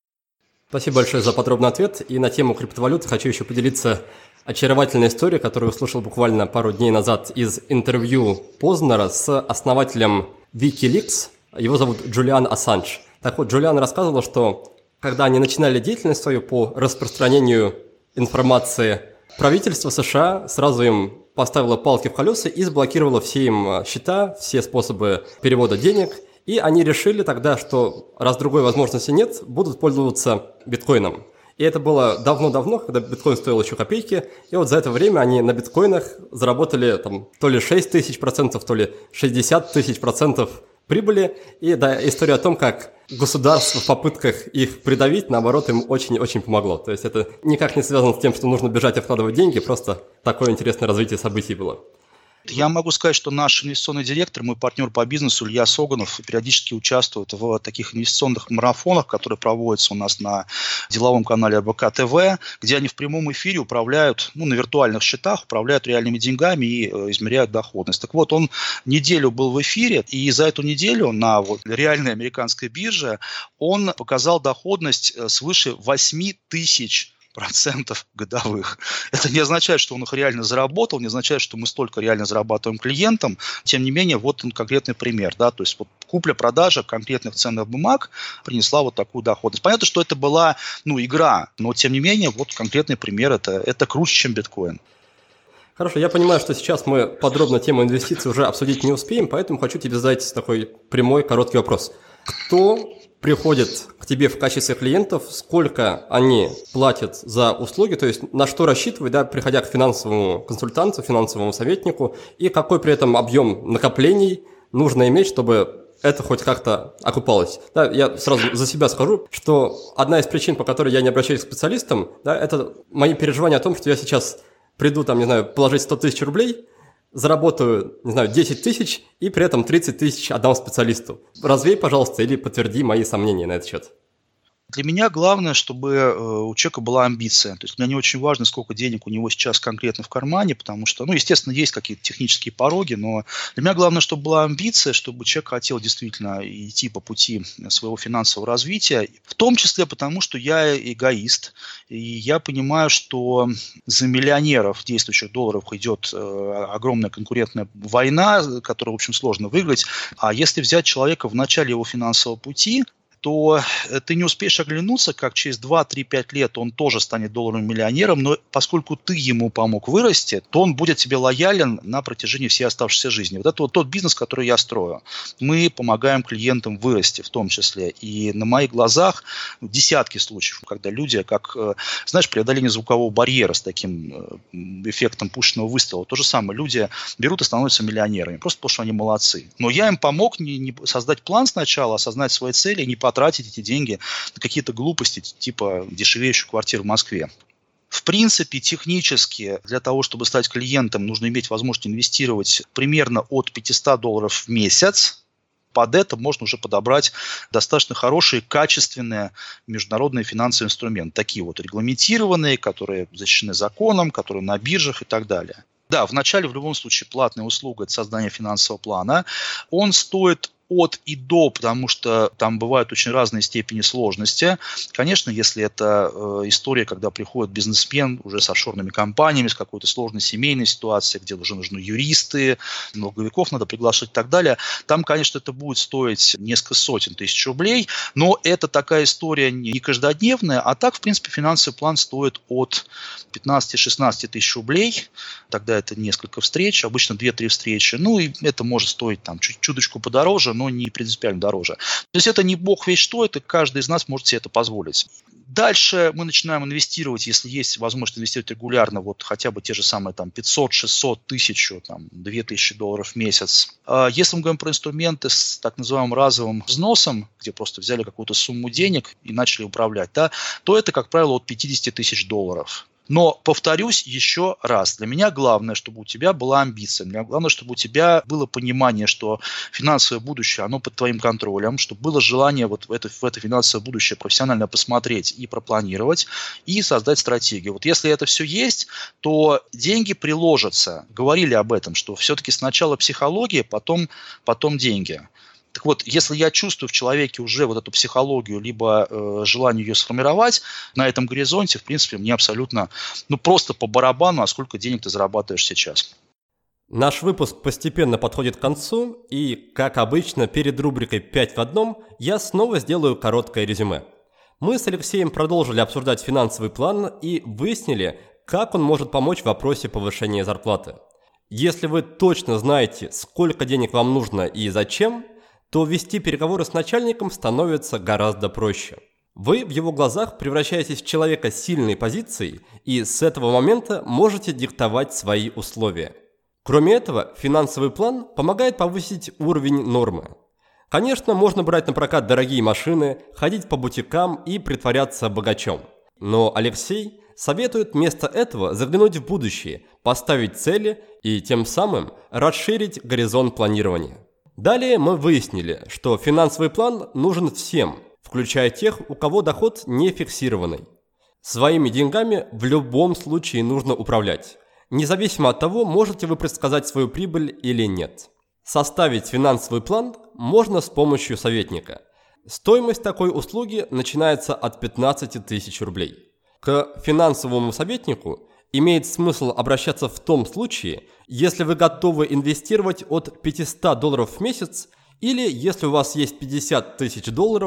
Спасибо большое за подробный ответ. И на тему криптовалют хочу еще поделиться очаровательной историей, которую услышал буквально пару дней назад из интервью Познера с основателем Wikileaks. Его зовут Джулиан Ассанж. Так вот, Джулиан рассказывал, что когда они начинали деятельность свою по распространению информации, правительство США сразу им поставило палки в колеса и заблокировало все им счета, все способы перевода денег. И они решили тогда, что раз другой возможности нет, будут пользоваться биткоином. И это было давно-давно, когда биткоин стоил еще копейки. И вот за это время они на биткоинах заработали там, то ли 6 тысяч процентов, то ли 60 тысяч процентов прибыли. И да, история о том, как государство в попытках их придавить, наоборот, им очень-очень помогло. То есть это никак не связано с тем, что нужно бежать и вкладывать деньги, просто такое интересное развитие событий было. Я могу сказать, что наш инвестиционный директор, мой партнер по бизнесу Илья Соганов, периодически участвует в таких инвестиционных марафонах, которые проводятся у нас на деловом канале АБК ТВ, где они в прямом эфире управляют, на виртуальных счетах, управляют реальными деньгами и измеряют доходность. Так вот, он неделю был в эфире, и за эту неделю на реальной американской бирже он показал доходность свыше 8 тысяч процентов годовых. Это не означает, что он их реально заработал, не означает, что мы столько реально зарабатываем клиентам. Тем не менее, вот он конкретный пример. Да? То есть вот купля-продажа конкретных ценных бумаг принесла вот такую доходность. Понятно, что это была игра, но тем не менее, вот конкретный пример, это круче, чем биткоин. Хорошо, я понимаю, что сейчас мы подробно тему инвестиций уже обсудить не успеем, поэтому хочу тебе задать такой прямой, короткий вопрос. Кто приходит к тебе в качестве клиентов, сколько они платят за услуги, то есть на что рассчитывать, да, приходя к финансовому консультанту, финансовому советнику, и какой при этом объем накоплений нужно иметь, чтобы это хоть как-то окупалось. Да, я сразу за себя скажу, что одна из причин, по которой я не обращаюсь к специалистам, да, это мои переживания о том, что я сейчас приду, положить 100 тысяч рублей, заработаю, 10 тысяч и при этом 30 тысяч отдам специалисту. Развей, пожалуйста, или подтверди мои сомнения на этот счет. Для меня главное, чтобы у человека была амбиция. То есть мне не очень важно, сколько денег у него сейчас конкретно в кармане, потому что, естественно, есть какие-то технические пороги, но для меня главное, чтобы была амбиция, чтобы человек хотел действительно идти по пути своего финансового развития, в том числе потому, что я эгоист, и я понимаю, что за миллионеров действующих долларов идет огромная конкурентная война, которую, в общем, сложно выиграть. А если взять человека в начале его финансового пути, то ты не успеешь оглянуться, как через 2-3-5 лет он тоже станет долларовым миллионером, но поскольку ты ему помог вырасти, то он будет тебе лоялен на протяжении всей оставшейся жизни. Вот это вот тот бизнес, который я строю. Мы помогаем клиентам вырасти в том числе. И на моих глазах десятки случаев, когда люди, преодоление звукового барьера с таким эффектом пушечного выстрела, то же самое. Люди берут и становятся миллионерами, просто потому что они молодцы. Но я им помог не создать план сначала, осознать свои цели и не потратить эти деньги на какие-то глупости, типа дешевеющих квартир в Москве. В принципе, технически для того, чтобы стать клиентом, нужно иметь возможность инвестировать примерно от $500 в месяц. Под это можно уже подобрать достаточно хорошие, качественные международные финансовые инструменты. Такие вот регламентированные, которые защищены законом, которые на биржах и так далее. Да, вначале в любом случае платная услуга – это создание финансового плана. Он стоит от и до, потому что там бывают очень разные степени сложности. Конечно, если это история, когда приходит бизнесмен уже с офшорными компаниями, с какой-то сложной семейной ситуацией, где уже нужны юристы, налоговиков надо приглашать и так далее, там, конечно, это будет стоить несколько сотен тысяч рублей, но это такая история не каждодневная, а так, в принципе, финансовый план стоит от 15-16 тысяч рублей, тогда это несколько встреч, обычно 2-3 встречи, и это может стоить чуточку подороже, но не принципиально дороже. То есть это не бог весть что, это каждый из нас может себе это позволить. Дальше мы начинаем инвестировать, если есть возможность инвестировать регулярно, вот хотя бы те же самые там 500, 600, 1000, там, $2000 в месяц. Если мы говорим про инструменты с так называемым разовым взносом, где просто взяли какую-то сумму денег и начали управлять, да, то это, как правило, от $50 тысяч. Но, повторюсь еще раз, для меня главное, чтобы у тебя была амбиция, для меня главное, чтобы у тебя было понимание, что финансовое будущее, оно под твоим контролем, чтобы было желание вот в это финансовое будущее профессионально посмотреть и пропланировать, и создать стратегию. Вот если это все есть, то деньги приложатся. Говорили об этом, что все-таки сначала психология, потом деньги. Так вот, если я чувствую в человеке уже вот эту психологию, либо желание ее сформировать, на этом горизонте, в принципе, мне абсолютно, просто по барабану, а сколько денег ты зарабатываешь сейчас. Наш выпуск постепенно подходит к концу, и, как обычно, перед рубрикой «5 в одном» я снова сделаю короткое резюме. Мы с Алексеем продолжили обсуждать финансовый план и выяснили, как он может помочь в вопросе повышения зарплаты. Если вы точно знаете, сколько денег вам нужно и зачем, то вести переговоры с начальником становится гораздо проще. Вы в его глазах превращаетесь в человека с сильной позицией и с этого момента можете диктовать свои условия. Кроме этого, финансовый план помогает повысить уровень нормы. Конечно, можно брать на прокат дорогие машины, ходить по бутикам и притворяться богачом. Но Алексей советует вместо этого заглянуть в будущее, поставить цели и тем самым расширить горизонт планирования. Далее мы выяснили, что финансовый план нужен всем, включая тех, у кого доход не фиксированный. Своими деньгами в любом случае нужно управлять, независимо от того, можете вы предсказать свою прибыль или нет. Составить финансовый план можно с помощью советника. Стоимость такой услуги начинается от 15 тысяч рублей. К финансовому советнику имеет смысл обращаться в том случае, если вы готовы инвестировать от $500 в месяц или если у вас есть $50 тысяч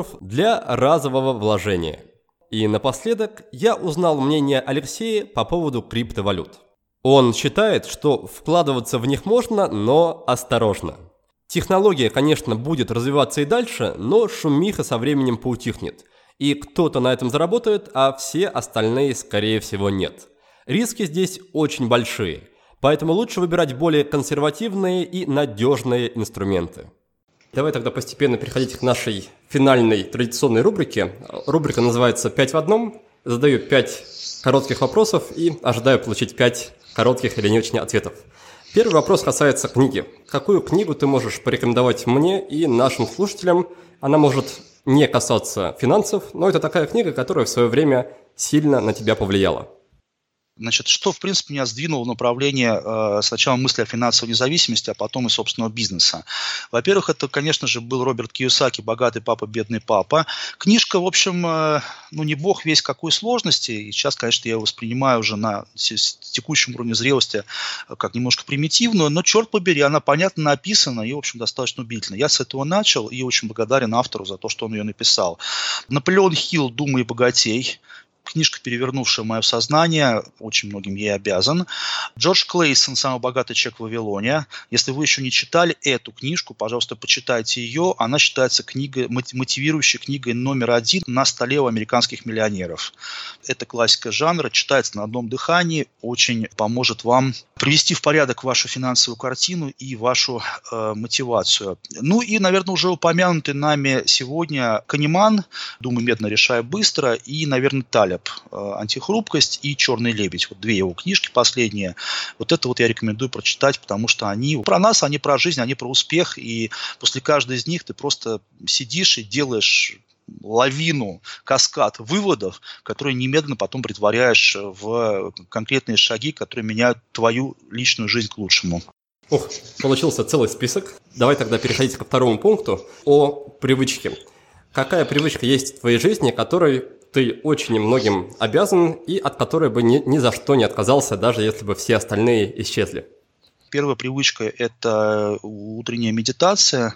для разового вложения. И напоследок я узнал мнение Алексея по поводу криптовалют. Он считает, что вкладываться в них можно, но осторожно. Технология, конечно, будет развиваться и дальше, но шумиха со временем поутихнет. И кто-то на этом заработает, а все остальные, скорее всего, нет. Риски здесь очень большие, поэтому лучше выбирать более консервативные и надежные инструменты. Давай тогда постепенно переходить к нашей финальной традиционной рубрике. Рубрика называется «5 в одном». Задаю 5 коротких вопросов и ожидаю получить 5 коротких или не очень ответов. Первый вопрос касается книги. Какую книгу ты можешь порекомендовать мне и нашим слушателям? Она может не касаться финансов, но это такая книга, которая в свое время сильно на тебя повлияла. Значит, что, в принципе, меня сдвинуло в направление сначала мысли о финансовой независимости, а потом и собственного бизнеса. Во-первых, это, конечно же, был Роберт Кийосаки «Богатый папа, бедный папа». Книжка, в общем, не бог весть какой сложности. И сейчас, конечно, я ее воспринимаю уже на текущем уровне зрелости как немножко примитивную, но, черт побери, она понятно написана и, в общем, достаточно убедительна. Я с этого начал и очень благодарен автору за то, что он ее написал. Наполеон Хилл «Думай и богатей». Книжка, перевернувшая мое сознание, очень многим ей обязан. Джордж Клейсон «Самый богатый человек в Вавилоне». Если вы еще не читали эту книжку, пожалуйста, почитайте ее. Она считается мотивирующей книгой номер 1 на столе у американских миллионеров. Это классика жанра, читается на одном дыхании, очень поможет вам привести в порядок вашу финансовую картину и вашу мотивацию. Ну и, наверное, уже упомянутый нами сегодня Канеман «Думай медленно, решай быстро» и, наверное, Талеб «Антихрупкость» и «Черный лебедь». Вот 2 его книжки последние. Вот это вот я рекомендую прочитать, потому что они про нас, они про жизнь, они про успех. И после каждой из них ты просто сидишь и делаешь лавину, каскад выводов, которые немедленно потом претворяешь в конкретные шаги, которые меняют твою личную жизнь к лучшему. Ох, получился целый список. Давай тогда переходить ко второму пункту о привычке. Какая привычка есть в твоей жизни, которой ты очень многим обязан и от которой бы ни за что не отказался, даже если бы все остальные исчезли? Первая привычка – это утренняя медитация.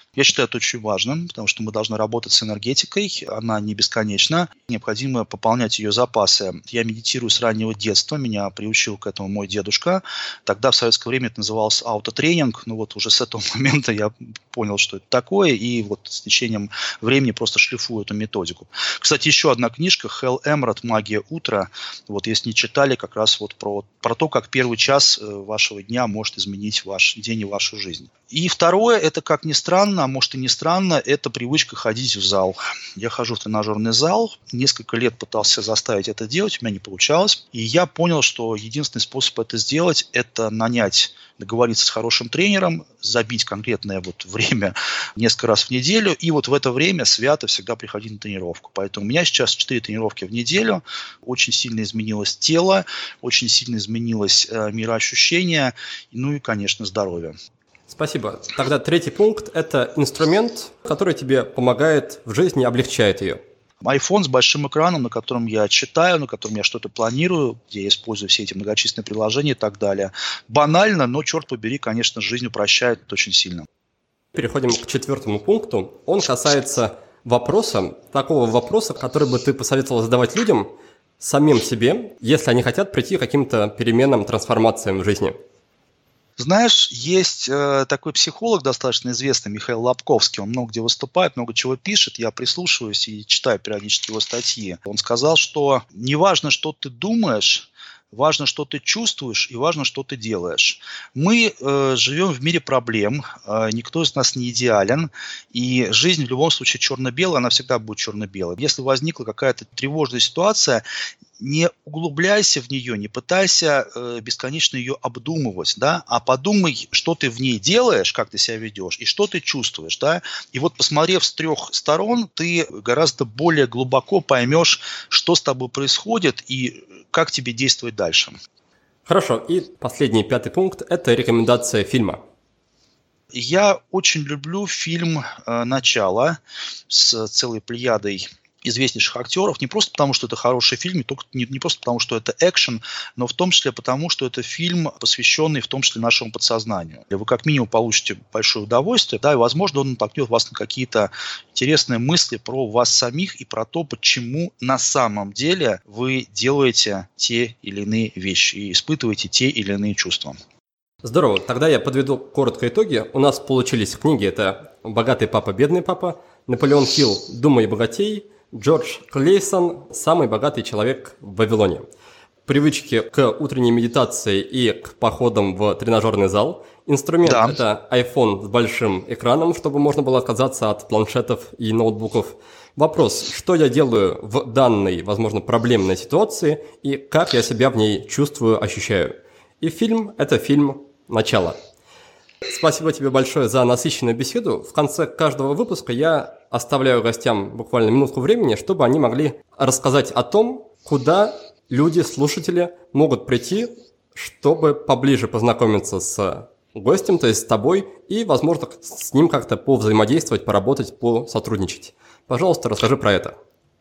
Я считаю это очень важным, потому что мы должны работать с энергетикой, она не бесконечна, необходимо пополнять ее запасы. Я медитирую с раннего детства, меня приучил к этому мой дедушка. Тогда в советское время это называлось аутотренинг, вот уже с этого момента я понял, что это такое, и вот с течением времени просто шлифую эту методику. Кстати, еще одна книжка Хелл Эмрот «Магия утра». Вот если не читали, как раз вот про то, как первый час вашего дня может изменить ваш день и вашу жизнь. И второе, это, как ни странно, а может и не странно, это привычка ходить в зал. Я хожу в тренажерный зал, несколько лет пытался заставить это делать, у меня не получалось. И я понял, что единственный способ это сделать, это договориться с хорошим тренером, забить конкретное время несколько раз в неделю, и вот в это время свято всегда приходить на тренировку. Поэтому у меня сейчас 4 тренировки в неделю, очень сильно изменилось тело, очень сильно изменилось мироощущение, и, конечно, здоровье. Спасибо. Тогда третий пункт – это инструмент, который тебе помогает в жизни, облегчает ее. iPhone с большим экраном, на котором я читаю, на котором я что-то планирую, где я использую все эти многочисленные приложения и так далее. Банально, но, черт побери, конечно, жизнь упрощает очень сильно. Переходим к четвертому пункту. Он касается такого вопроса, который бы ты посоветовал задавать людям, самим себе, если они хотят прийти к каким-то переменам, трансформациям в жизни. Знаешь, есть такой психолог достаточно известный, Михаил Лобковский, он много где выступает, много чего пишет, я прислушиваюсь и читаю периодически его статьи. Он сказал, что не важно, что ты думаешь, важно, что ты чувствуешь, и важно, что ты делаешь. Мы живем в мире проблем, никто из нас не идеален, и жизнь в любом случае черно-белая, она всегда будет черно-белой. Если возникла какая-то тревожная ситуация, не углубляйся в нее, не пытайся бесконечно ее обдумывать, да, а подумай, что ты в ней делаешь, как ты себя ведешь, и что ты чувствуешь, да. И вот посмотрев с 3 сторон, ты гораздо более глубоко поймешь, что с тобой происходит и как тебе действовать дальше. Хорошо, и последний, 5-й пункт – это рекомендация фильма. Я очень люблю фильм «Начало» с целой плеядой известнейших актеров, не просто потому, что это хороший фильм, не просто потому, что это экшен, но в том числе потому, что это фильм, посвященный в том числе нашему подсознанию. Вы как минимум получите большое удовольствие, да, и, возможно, он натолкнет вас на какие-то интересные мысли про вас самих и про то, почему на самом деле вы делаете те или иные вещи и испытываете те или иные чувства. Здорово. Тогда я подведу коротко итоги. У нас получились книги. Это «Богатый папа, бедный папа», Наполеон Хилл «Думай богатей», Джордж Клейсон «Самый богатый человек в Вавилоне». Привычки к утренней медитации и к походам в тренажерный зал. Инструмент – это iPhone с большим экраном, чтобы можно было отказаться от планшетов и ноутбуков. Вопрос, что я делаю в данной, возможно, проблемной ситуации и как я себя в ней чувствую, ощущаю. И фильм – это фильм «Начало». Спасибо тебе большое за насыщенную беседу. В конце каждого выпуска я оставляю гостям буквально минутку времени, чтобы они могли рассказать о том, куда люди, слушатели могут прийти, чтобы поближе познакомиться с гостем, то есть с тобой, и, возможно, с ним как-то повзаимодействовать, поработать, посотрудничать. Пожалуйста, расскажи про это.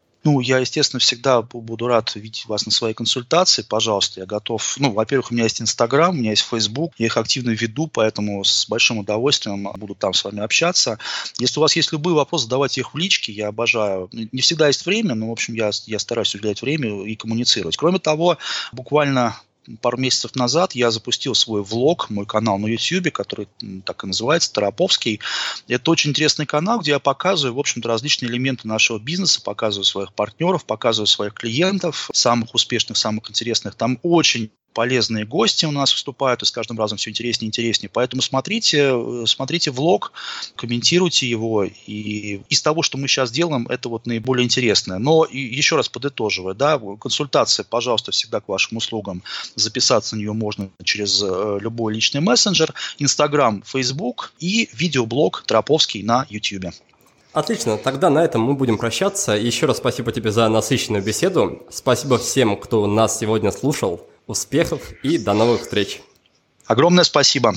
Я, естественно, всегда буду рад видеть вас на своей консультации. Пожалуйста, я готов. Во-первых, у меня есть Инстаграм, у меня есть Фейсбук. Я их активно веду, поэтому с большим удовольствием буду там с вами общаться. Если у вас есть любые вопросы, задавайте их в личке. Я обожаю. Не всегда есть время, но, в общем, я стараюсь уделять время и коммуницировать. Кроме того, буквально пару месяцев назад я запустил свой влог, мой канал на YouTube, который так и называется, Тороповский. Это очень интересный канал, где я показываю, в общем-то, различные элементы нашего бизнеса, показываю своих партнеров, показываю своих клиентов, самых успешных, самых интересных. Там очень полезные гости у нас выступают, и с каждым разом все интереснее и интереснее. Поэтому смотрите влог, комментируйте его. И из того, что мы сейчас делаем, это наиболее интересное. Но еще раз подытоживая, консультация, пожалуйста, всегда к вашим услугам. Записаться на нее можно через любой личный мессенджер, Инстаграм, Фейсбук и видеоблог Тороповский на YouTube. Отлично, тогда на этом мы будем прощаться. Еще раз спасибо тебе за насыщенную беседу. Спасибо всем, кто нас сегодня слушал. Успехов и до новых встреч. Огромное спасибо.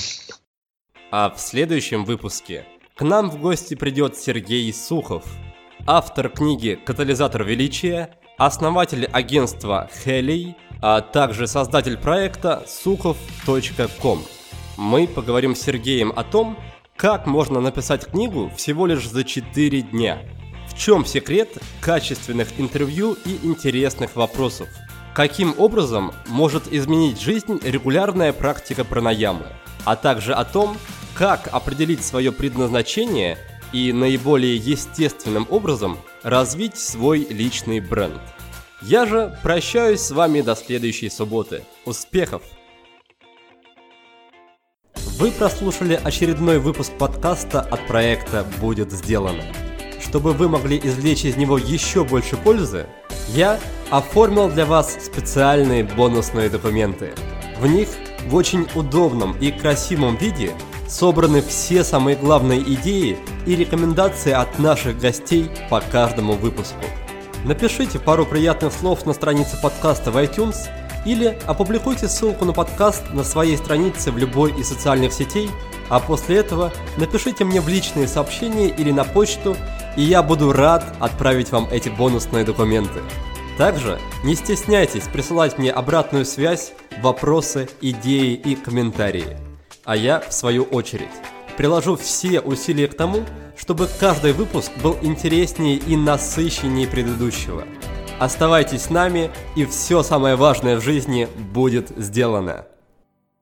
А в следующем выпуске к нам в гости придет Сергей Сухов, автор книги «Катализатор величия», основатель агентства Helly, а также создатель проекта sukhov.com. Мы поговорим с Сергеем о том, Как можно написать книгу всего лишь за 4 дня? В чем секрет качественных интервью и интересных вопросов? Каким образом может изменить жизнь регулярная практика пранаямы? А также о том, как определить свое предназначение и наиболее естественным образом развить свой личный бренд. Я же прощаюсь с вами до следующей субботы. Успехов! Вы прослушали очередной выпуск подкаста от проекта «Будет сделано». Чтобы вы могли извлечь из него еще больше пользы, я оформил для вас специальные бонусные документы. В них в очень удобном и красивом виде собраны все самые главные идеи и рекомендации от наших гостей по каждому выпуску. Напишите пару приятных слов на странице подкаста в iTunes или опубликуйте ссылку на подкаст на своей странице в любой из социальных сетей, а после этого напишите мне в личные сообщения или на почту, и я буду рад отправить вам эти бонусные документы. Также не стесняйтесь присылать мне обратную связь, вопросы, идеи и комментарии. А я, в свою очередь, приложу все усилия к тому, чтобы каждый выпуск был интереснее и насыщеннее предыдущего. Оставайтесь с нами, и все самое важное в жизни будет сделано.